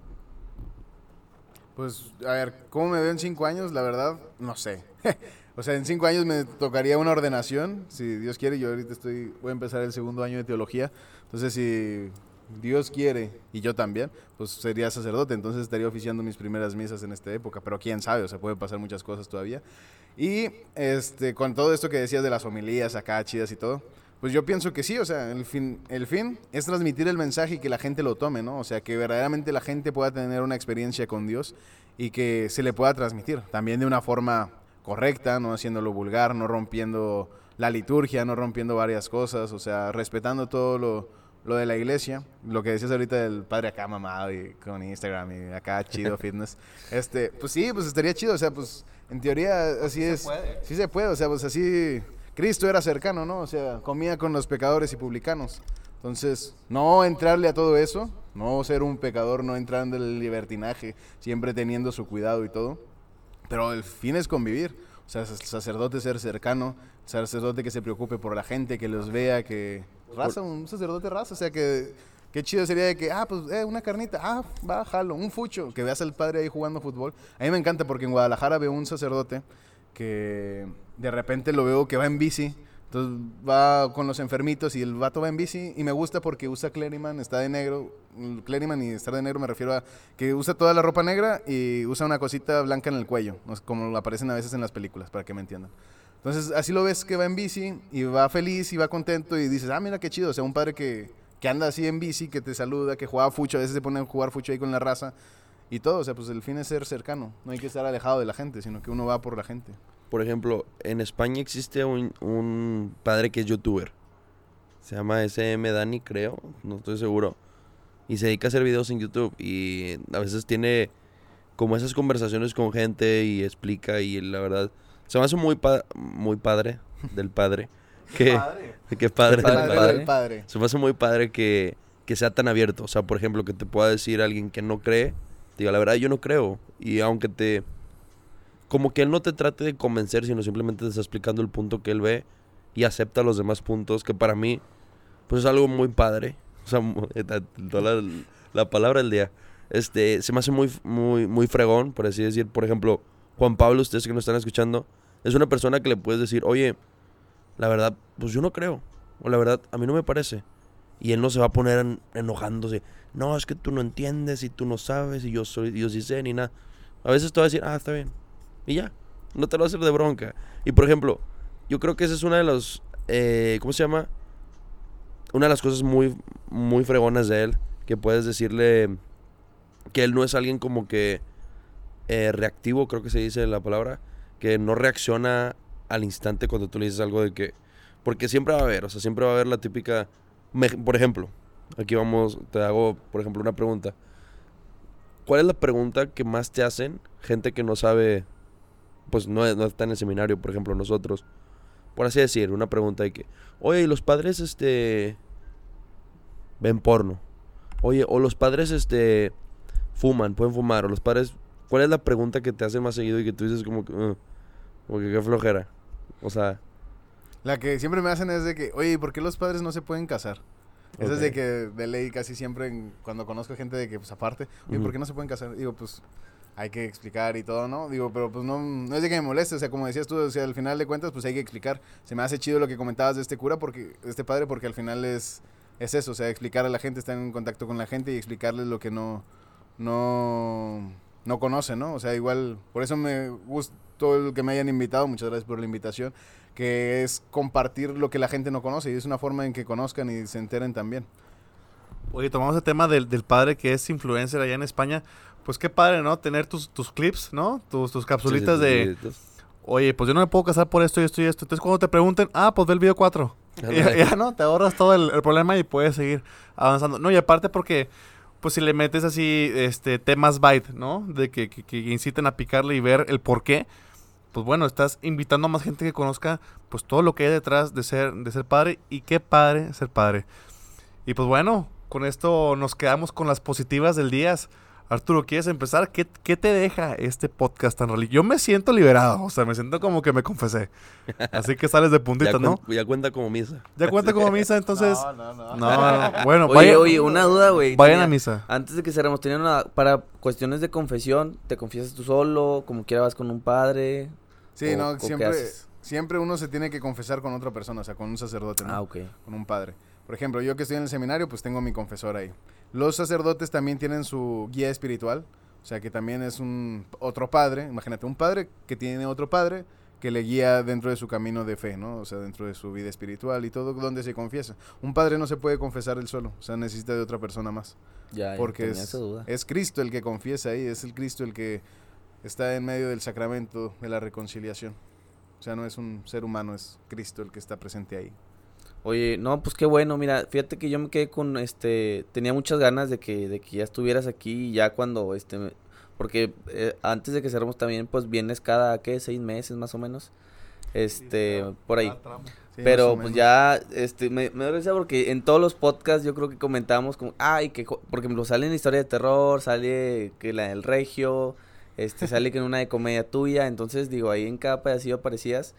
[SPEAKER 4] Pues, a ver, ¿cómo me veo en 5 años? La verdad, no sé. O sea, en 5 años me tocaría una ordenación, si Dios quiere. Yo ahorita voy a empezar el 2.º año de teología. Entonces, si Dios quiere, y yo también, pues sería sacerdote. Entonces estaría oficiando mis primeras misas en esta época. Pero quién sabe, o sea, pueden pasar muchas cosas todavía. Y con todo esto que decías de las homilías acá, chidas y todo, pues yo pienso que sí, o sea, el fin es transmitir el mensaje y que la gente lo tome, ¿no? O sea, que verdaderamente la gente pueda tener una experiencia con Dios y que se le pueda transmitir, también de una forma correcta, no haciéndolo vulgar, no rompiendo la liturgia, no rompiendo varias cosas, o sea, respetando todo lo de la iglesia, lo que decías ahorita del padre acá mamado y con Instagram y acá chido fitness, pues sí, pues estaría chido, o sea, pues en teoría así es, sí se puede, o sea, pues así Cristo era cercano, ¿no? O sea, comía con los pecadores y publicanos. Entonces, no entrarle a todo eso, no ser un pecador, no entrar en el libertinaje, siempre teniendo su cuidado y todo. Pero el fin es convivir. O sea, sacerdote ser cercano, sacerdote que se preocupe por la gente, que los vea, que... un sacerdote raza, o sea, que... Qué chido sería de que, pues, una carnita, va, jalo, un fucho, que veas al padre ahí jugando fútbol. A mí me encanta porque en Guadalajara veo un sacerdote que de repente lo veo que va en bici Entonces va con los enfermitos y el vato va en bici y me gusta porque usa Cleriman, está de negro. Cleriman y estar de negro me refiero a que usa toda la ropa negra y usa una cosita blanca en el cuello, ¿no? Como aparecen a veces en las películas, para que me entiendan. Entonces así lo ves que va en bici y va feliz y va contento y dices, mira qué chido, o sea, un padre que anda así en bici, que te saluda, que juega fucho, a veces se pone a jugar fucho ahí con la raza y todo, o sea, pues el fin es ser cercano, no hay que estar alejado de la gente, sino que uno va por la gente.
[SPEAKER 1] Por ejemplo, en España existe un padre que es youtuber. Se llama SM Dani, creo, no estoy seguro. Y se dedica a hacer videos en YouTube y a veces tiene como esas conversaciones con gente y explica y la verdad se me hace muy padre del padre. Qué padre
[SPEAKER 3] Qué padre
[SPEAKER 1] del
[SPEAKER 3] del
[SPEAKER 1] padre.
[SPEAKER 4] El padre.
[SPEAKER 1] Se me hace muy padre que sea tan abierto. O sea, por ejemplo, que te pueda decir alguien que no cree, te diga, la verdad yo no creo. Y aunque como que él no te trate de convencer, sino simplemente te está explicando el punto que él ve y acepta los demás puntos, que para mí, pues es algo muy padre. O sea, toda la palabra del día. Se me hace muy fregón, por así decir. Por ejemplo, Juan Pablo, ustedes que nos están escuchando, es una persona que le puedes decir, oye, la verdad, pues yo no creo. O la verdad, a mí no me parece. Y él no se va a poner enojándose. No, es que tú no entiendes y tú no sabes y yo sí sé ni nada. A veces te va a decir, está bien. Y ya, no te lo va a hacer de bronca. Y por ejemplo, yo creo que esa es una de los, ¿cómo se llama? Una de las cosas muy fregonas de él, que puedes decirle que él no es alguien como que reactivo, creo que se dice la palabra, que no reacciona al instante cuando tú le dices algo de que, porque siempre va a haber, o sea, siempre va a haber la típica, por ejemplo, aquí vamos, te hago, por ejemplo, una pregunta. ¿Cuál es la pregunta que más te hacen gente que no sabe, pues no está en el seminario, por ejemplo, nosotros? Por así decir, una pregunta de que, oye, ¿y los padres, ven porno? Oye, o los padres, fuman, pueden fumar, o los padres, ¿cuál es la pregunta que te hacen más seguido y que tú dices como que qué flojera? O sea,
[SPEAKER 4] La que siempre me hacen es de que, oye, ¿por qué los padres no se pueden casar? Esa es de que de ley casi siempre cuando conozco gente de que, pues aparte, oye, ¿por qué no se pueden casar? Digo, pues hay que explicar y todo, ¿no? Digo, pero pues no es de que me moleste, o sea, como decías tú, o sea, al final de cuentas, pues hay que explicar. Se me hace chido lo que comentabas de este cura, de este padre, porque al final es eso, o sea, explicar a la gente, estar en contacto con la gente y explicarles lo que no conocen, ¿no? O sea, igual, por eso me gustó el que me hayan invitado, muchas gracias por la invitación, que es compartir lo que la gente no conoce y es una forma en que conozcan y se enteren también.
[SPEAKER 2] Oye, tomamos el tema del padre que es influencer allá en España. Pues qué padre, ¿no? Tener tus clips, ¿no? Tus capsulitas de... Oye, pues yo no me puedo casar por esto y esto y esto. Entonces cuando te pregunten, pues ve el video 4. Ya, ¿no? Te ahorras todo el problema y puedes seguir avanzando. No, y aparte porque, pues si le metes así, temas bite, ¿no? De que inciten a picarle y ver el por qué. Pues bueno, estás invitando a más gente que conozca, pues todo lo que hay detrás de ser padre. Y qué padre ser padre. Y pues bueno, con esto nos quedamos con las positivas del día. Arturo, ¿quieres empezar? ¿Qué te deja este podcast tan religioso? Yo me siento liberado, o sea, me siento como que me confesé. Así que sales de puntitas, ¿no?
[SPEAKER 1] Ya cuenta como misa.
[SPEAKER 2] Ya cuenta como misa, entonces... No. Bueno,
[SPEAKER 3] oye, una duda, güey.
[SPEAKER 2] Vayan a misa.
[SPEAKER 3] Antes de que cerremos, para cuestiones de confesión, ¿te confiesas tú solo? ¿Como quiera vas con un padre?
[SPEAKER 4] Sí, no, siempre uno se tiene que confesar con otra persona, o sea, con un sacerdote, ¿no?
[SPEAKER 3] Ok.
[SPEAKER 4] Con un padre. Por ejemplo, yo que estoy en el seminario, pues tengo mi confesor ahí. Los sacerdotes también tienen su guía espiritual, o sea, que también es otro padre. Imagínate, un padre que tiene otro padre que le guía dentro de su camino de fe, ¿no? O sea, dentro de su vida espiritual y todo, donde se confiesa. Un padre no se puede confesar él solo, o sea, necesita de otra persona más. Porque es Cristo el que confiesa ahí, es el Cristo el que está en medio del sacramento de la reconciliación. O sea, no es un ser humano, es Cristo el que está presente ahí.
[SPEAKER 3] Oye, no, pues qué bueno, mira, fíjate que yo me quedé con, tenía muchas ganas de que ya estuvieras aquí y ya cuando, porque antes de que cerremos también, pues vienes cada, 6 meses más o menos, por ahí.
[SPEAKER 4] Sí,
[SPEAKER 3] pero pues ya, me da risa porque en todos los podcasts yo creo que comentábamos como, porque me sale en historia de terror, sale que la del Regio, sale que en una de comedia tuya, entonces digo, ahí en cada pedacillo aparecías,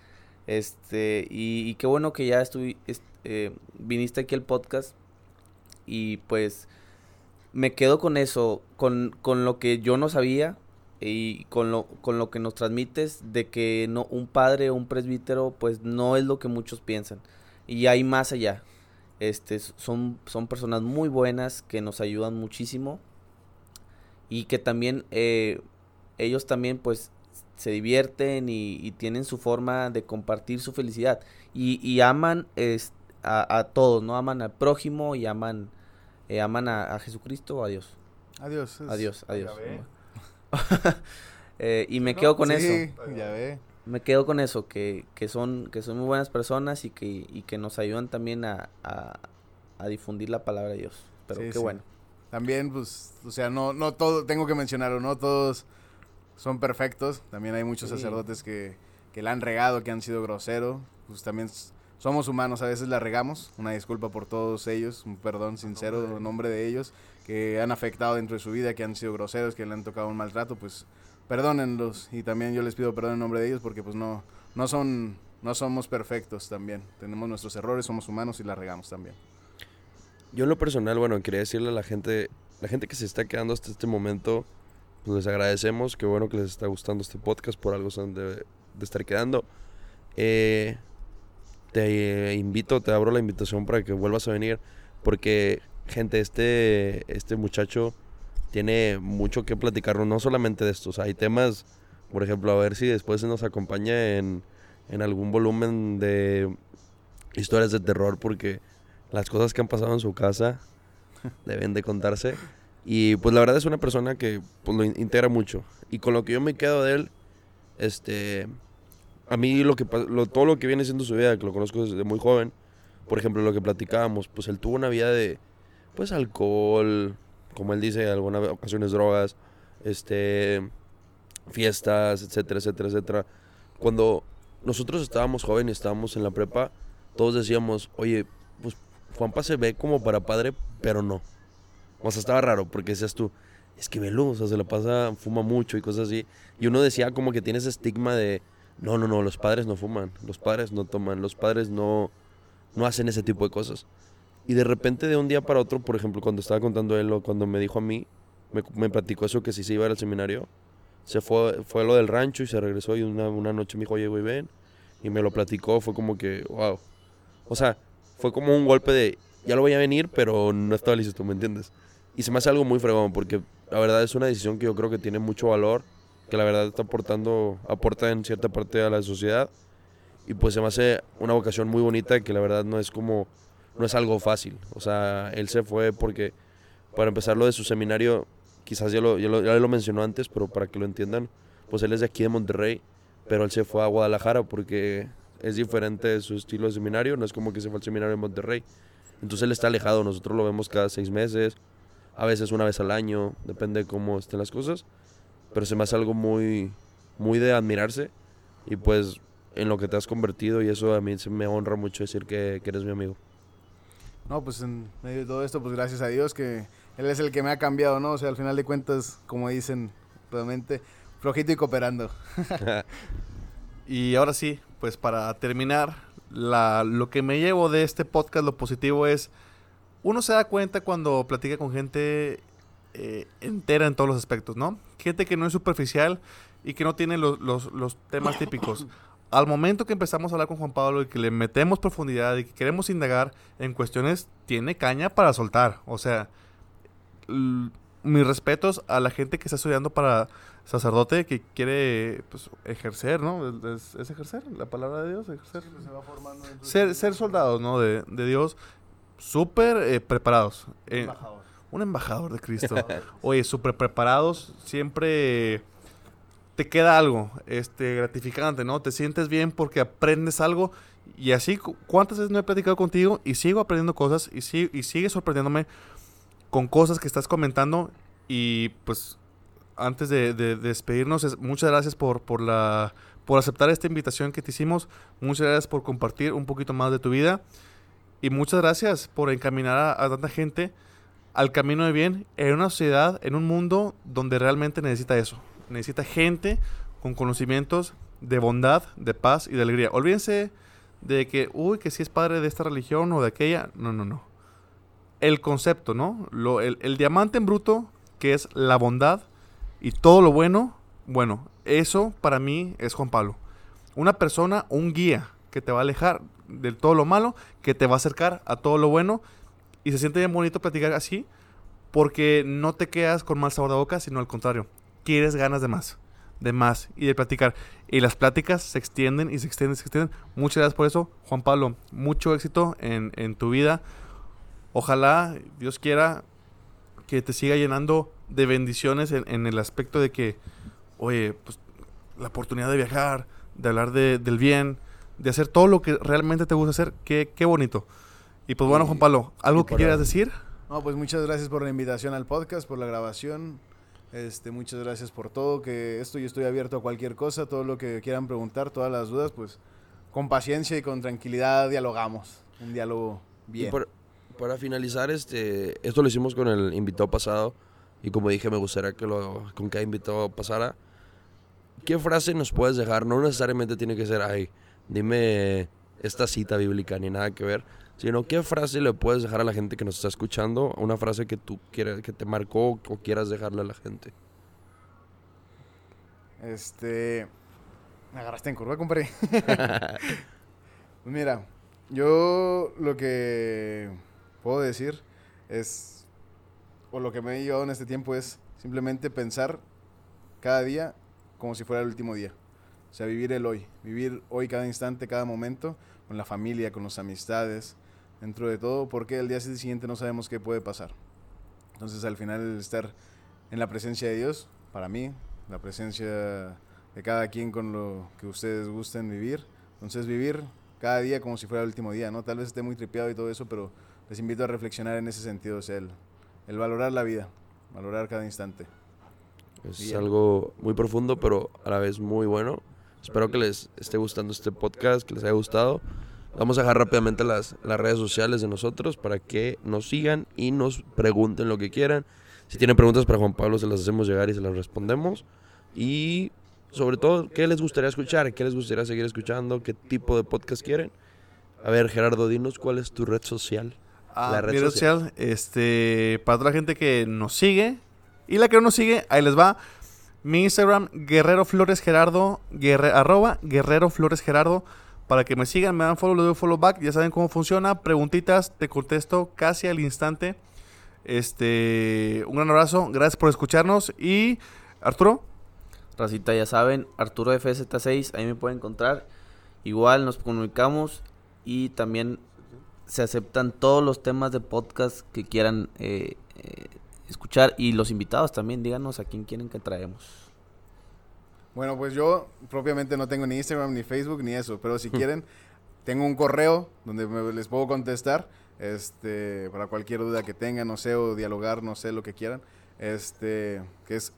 [SPEAKER 3] y qué bueno que ya viniste aquí al podcast y pues me quedo con eso, con lo que yo no sabía, y con lo que nos transmites de que no un padre o un presbítero pues no es lo que muchos piensan y hay más allá. Son personas muy buenas que nos ayudan muchísimo y que también ellos también pues se divierten y tienen su forma de compartir su felicidad y aman a todos, ¿no? Aman al prójimo y aman a Jesucristo o a Dios.
[SPEAKER 4] Adiós.
[SPEAKER 3] Adiós.
[SPEAKER 2] Ya ve.
[SPEAKER 3] Y me quedo con eso.
[SPEAKER 4] Sí, ya ve.
[SPEAKER 3] Me quedo con eso, que son muy buenas personas y que nos ayudan también a difundir la palabra de Dios. Pero
[SPEAKER 4] Sí,
[SPEAKER 3] qué
[SPEAKER 4] sí.
[SPEAKER 3] bueno.
[SPEAKER 4] También, pues, o sea, no todo, tengo que mencionarlo, no todos son perfectos. También hay muchos
[SPEAKER 3] Sí.
[SPEAKER 4] sacerdotes que la han regado, que han sido groseros. Pues también somos humanos, a veces la regamos. Una disculpa por todos ellos, un perdón sincero en nombre de ellos, que han afectado dentro de su vida, que han sido groseros, que le han tocado un maltrato, pues perdónenlos. Y también yo les pido perdón en nombre de ellos porque pues no somos perfectos también. Tenemos nuestros errores, somos humanos y la regamos también.
[SPEAKER 1] Yo en lo personal, bueno, quería decirle a la gente que se está quedando hasta este momento, pues les agradecemos, qué bueno que les está gustando este podcast, por algo son de estar quedando. Te abro la invitación para que vuelvas a venir, porque, gente, este muchacho tiene mucho que platicarnos, no solamente de esto, o sea, hay temas, por ejemplo, a ver si después se nos acompaña en algún volumen de historias de terror, porque las cosas que han pasado en su casa deben de contarse. Y pues la verdad es una persona que pues lo integra mucho. Y con lo que yo me quedo de él, a mí todo lo que viene siendo su vida, que lo conozco desde muy joven, por ejemplo, lo que platicábamos, pues él tuvo una vida de pues alcohol, como él dice, algunas ocasiones drogas, fiestas, etcétera, etcétera, etcétera. Cuando nosotros estábamos jóvenes, estábamos en la prepa, todos decíamos, oye, pues Juanpa se ve como para padre, pero no. O sea, estaba raro, porque decías tú, es que velo, o sea, se la pasa, fuma mucho y cosas así. Y uno decía como que tiene ese estigma de, no, los padres no fuman, los padres no toman, los padres no hacen ese tipo de cosas. Y de repente, de un día para otro, por ejemplo, cuando estaba contando él o cuando me dijo a mí, me platicó eso, que si se iba al seminario, se fue a lo del rancho y se regresó y una noche me dijo, oye, güey, ven. Y me lo platicó, fue como que, wow. O sea, fue como un golpe de, ya lo voy a venir, pero no estaba listo, ¿me entiendes? Y se me hace algo muy fregón, porque la verdad es una decisión que yo creo que tiene mucho valor, que la verdad aporta en cierta parte a la sociedad. Y pues se me hace una vocación muy bonita, que la verdad no es algo fácil. O sea, él se fue porque, para empezar, lo de su seminario, quizás ya lo mencionó antes, pero para que lo entiendan, pues él es de aquí de Monterrey, pero él se fue a Guadalajara porque es diferente su estilo de seminario, no es como que se fue al seminario en Monterrey. Entonces él está alejado, nosotros lo vemos cada 6 meses, a veces una vez al año, depende de cómo estén las cosas, pero se me hace algo muy, muy de admirarse, y pues en lo que te has convertido, y eso a mí se me honra mucho decir que eres mi amigo.
[SPEAKER 4] No, pues en medio de todo esto, pues gracias a Dios que Él es el que me ha cambiado, ¿no? O sea, al final de cuentas, como dicen, realmente flojito y cooperando.
[SPEAKER 2] Y ahora sí, pues para terminar, lo que me llevo de este podcast, lo positivo es, uno se da cuenta cuando platica con gente entera en todos los aspectos, ¿no? Gente que no es superficial y que no tiene los temas típicos. Al momento que empezamos a hablar con Juan Pablo y que le metemos profundidad y que queremos indagar en cuestiones, tiene caña para soltar. O sea, mis respetos a la gente que está estudiando para sacerdote, que quiere pues, ejercer, ¿no? ¿Es ejercer la palabra de Dios? Ejercer.
[SPEAKER 4] Se va formando
[SPEAKER 2] Ser soldados, ¿no? De Dios, súper preparados.
[SPEAKER 4] embajador.
[SPEAKER 2] Un embajador de Cristo. Oye, súper preparados, siempre te queda algo gratificante, ¿no? Te sientes bien porque aprendes algo. Y así, ¿cuántas veces no he platicado contigo? Y sigo aprendiendo cosas y sigue sorprendiéndome con cosas que estás comentando. Y pues, antes de despedirnos, muchas gracias por aceptar esta invitación que te hicimos. Muchas gracias por compartir un poquito más de tu vida. Y muchas gracias por encaminar a tanta gente al camino de bien en una sociedad, en un mundo donde realmente necesita eso. Necesita gente con conocimientos de bondad, de paz y de alegría. Olvídense de que, que si es padre de esta religión o de aquella. No. El concepto, ¿no? El diamante en bruto, que es la bondad y todo lo bueno, Bueno, eso para mí es Juan Pablo. Una persona, un guía que te va a alejar de todo lo malo, que te va a acercar a todo lo bueno. Y se siente bien bonito platicar así, porque no te quedas con mal sabor de boca, sino al contrario. Quieres ganas de más y de platicar. Y las pláticas se extienden y se extienden, se extienden. Muchas gracias por eso, Juan Pablo. Mucho éxito en tu vida. Ojalá, Dios quiera, que te siga llenando de bendiciones en el aspecto de que, oye, pues la oportunidad de viajar, de hablar del bien, de hacer todo lo que realmente te gusta hacer. Qué bonito. Y pues bueno, Juan Pablo, ¿algo que quieras decir?
[SPEAKER 4] No, pues muchas gracias por la invitación al podcast, por la grabación. Muchas gracias por todo, que yo estoy abierto a cualquier cosa, todo lo que quieran preguntar, todas las dudas, pues con paciencia y con tranquilidad dialogamos. Un diálogo bien.
[SPEAKER 1] Y para finalizar, esto lo hicimos con el invitado pasado y como dije, me gustaría que con cada invitado pasara. ¿Qué frase nos puedes dejar? No necesariamente tiene que ser, ay, dime esta cita bíblica ni nada que ver, sino qué frase le puedes dejar a la gente que nos está escuchando, una frase que tú quieras, que te marcó o quieras dejarle a la gente.
[SPEAKER 4] Me agarraste en curva, compadre. Pues mira, yo lo que puedo decir es, o lo que me he llevado en este tiempo es simplemente pensar cada día como si fuera el último día. O sea, vivir hoy cada instante, cada momento, con la familia, con las amistades, dentro de todo, porque el día siguiente no sabemos qué puede pasar. Entonces, al final, estar en la presencia de Dios, para mí, la presencia de cada quien con lo que ustedes gusten vivir. Entonces, vivir cada día como si fuera el último día, ¿no? Tal vez esté muy tripeado y todo eso, pero les invito a reflexionar en ese sentido, o sea, el valorar la vida, valorar cada instante.
[SPEAKER 1] Es
[SPEAKER 4] Bien.
[SPEAKER 1] algo muy profundo, pero a la vez muy bueno. Espero que les esté gustando este podcast, que les haya gustado. Vamos a dejar rápidamente las redes sociales de nosotros para que nos sigan y nos pregunten lo que quieran. Si tienen preguntas para Juan Pablo, se las hacemos llegar y se las respondemos. Y sobre todo, ¿qué les gustaría escuchar? ¿Qué les gustaría seguir escuchando? ¿Qué tipo de podcast quieren? A ver, Gerardo, dinos cuál es tu red social.
[SPEAKER 2] La red social, para toda la gente que nos sigue y la que no nos sigue, ahí les va. Mi Instagram, Guerrero Flores Gerardo, @ Guerrero Flores Gerardo. Para que me sigan, me dan follow, les doy follow back. Ya saben cómo funciona. Preguntitas, te contesto casi al instante. Un gran abrazo. Gracias por escucharnos. Y Arturo.
[SPEAKER 3] Racita, ya saben, Arturo FZ6, ahí me pueden encontrar. Igual nos comunicamos y también se aceptan todos los temas de podcast que quieran escuchar. Y los invitados también, díganos a quién quieren que traemos.
[SPEAKER 4] Bueno, pues yo propiamente no tengo ni Instagram, ni Facebook, ni eso. Pero si quieren, tengo un correo donde les puedo contestar para cualquier duda que tengan, no sé, o dialogar, no sé, lo que quieran. Que es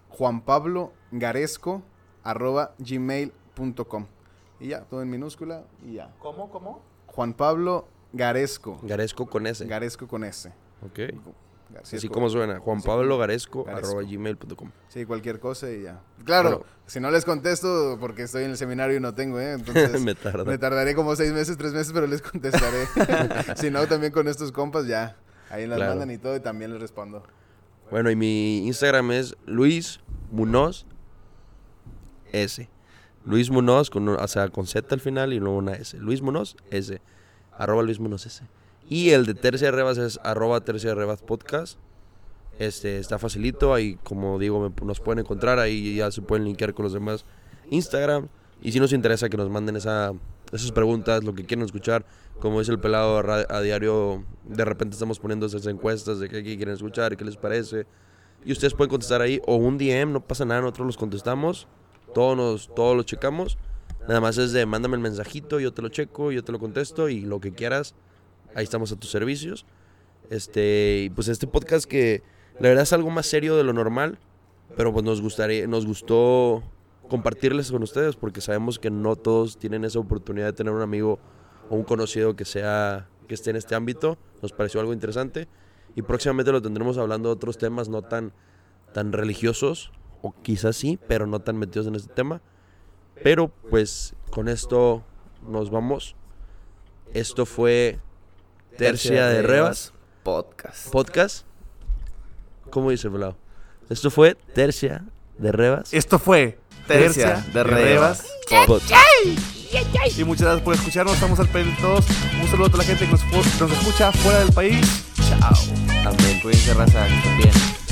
[SPEAKER 4] juanpablogaresco@gmail.com. Y ya, todo en minúscula y ya.
[SPEAKER 2] ¿Cómo?
[SPEAKER 4] Juan Pablo Garesco.
[SPEAKER 1] Garesco con S.
[SPEAKER 4] Garesco con S.
[SPEAKER 1] Ok. Así como suena, juanpablogaresco@gmail.com.
[SPEAKER 4] Sí, cualquier cosa y ya. Claro, bueno, si no les contesto porque estoy en el seminario y no tengo, entonces me tardaré como 6 meses, 3 meses, pero les contestaré. Si no, también con estos compas ya, ahí las mandan y todo y también les respondo.
[SPEAKER 1] Bueno, y mi Instagram es Luis Munoz S. Luis Munoz, con Z al final y luego una S. Luis Munoz S. @Luis Munoz S. Y el de Tercia de Rebas es @Tercia de Rebas Podcast. Está facilito, ahí como digo nos pueden encontrar, ahí ya se pueden linkear con los demás Instagram. Y si nos interesa que nos manden esas preguntas, lo que quieren escuchar, como dice el pelado a diario, de repente estamos poniendo esas encuestas de qué quieren escuchar, qué les parece. Y ustedes pueden contestar ahí, o un DM, no pasa nada, nosotros los contestamos, todos los checamos. Nada más es de mándame el mensajito, yo te lo checo, yo te lo contesto y lo que quieras. Ahí estamos a tus servicios. Y pues este podcast que la verdad es algo más serio de lo normal, pero pues nos gustó compartirles con ustedes porque sabemos que no todos tienen esa oportunidad de tener un amigo o un conocido que esté en este ámbito. Nos pareció algo interesante y próximamente lo tendremos hablando de otros temas no tan religiosos, o quizás sí, pero no tan metidos en este tema. Pero pues con esto nos vamos. Esto fue Tercia de Rebas Podcast. ¿Cómo dice, pelado? Esto fue Tercia de Rebas.
[SPEAKER 2] Esto fue
[SPEAKER 3] Tercia de Rebas.
[SPEAKER 2] Y muchas gracias por escucharnos. Estamos al pendiente todos. Un saludo a toda la gente que nos escucha fuera del país. Chao.
[SPEAKER 3] Amén. Cuídense, raza. Que estén bien.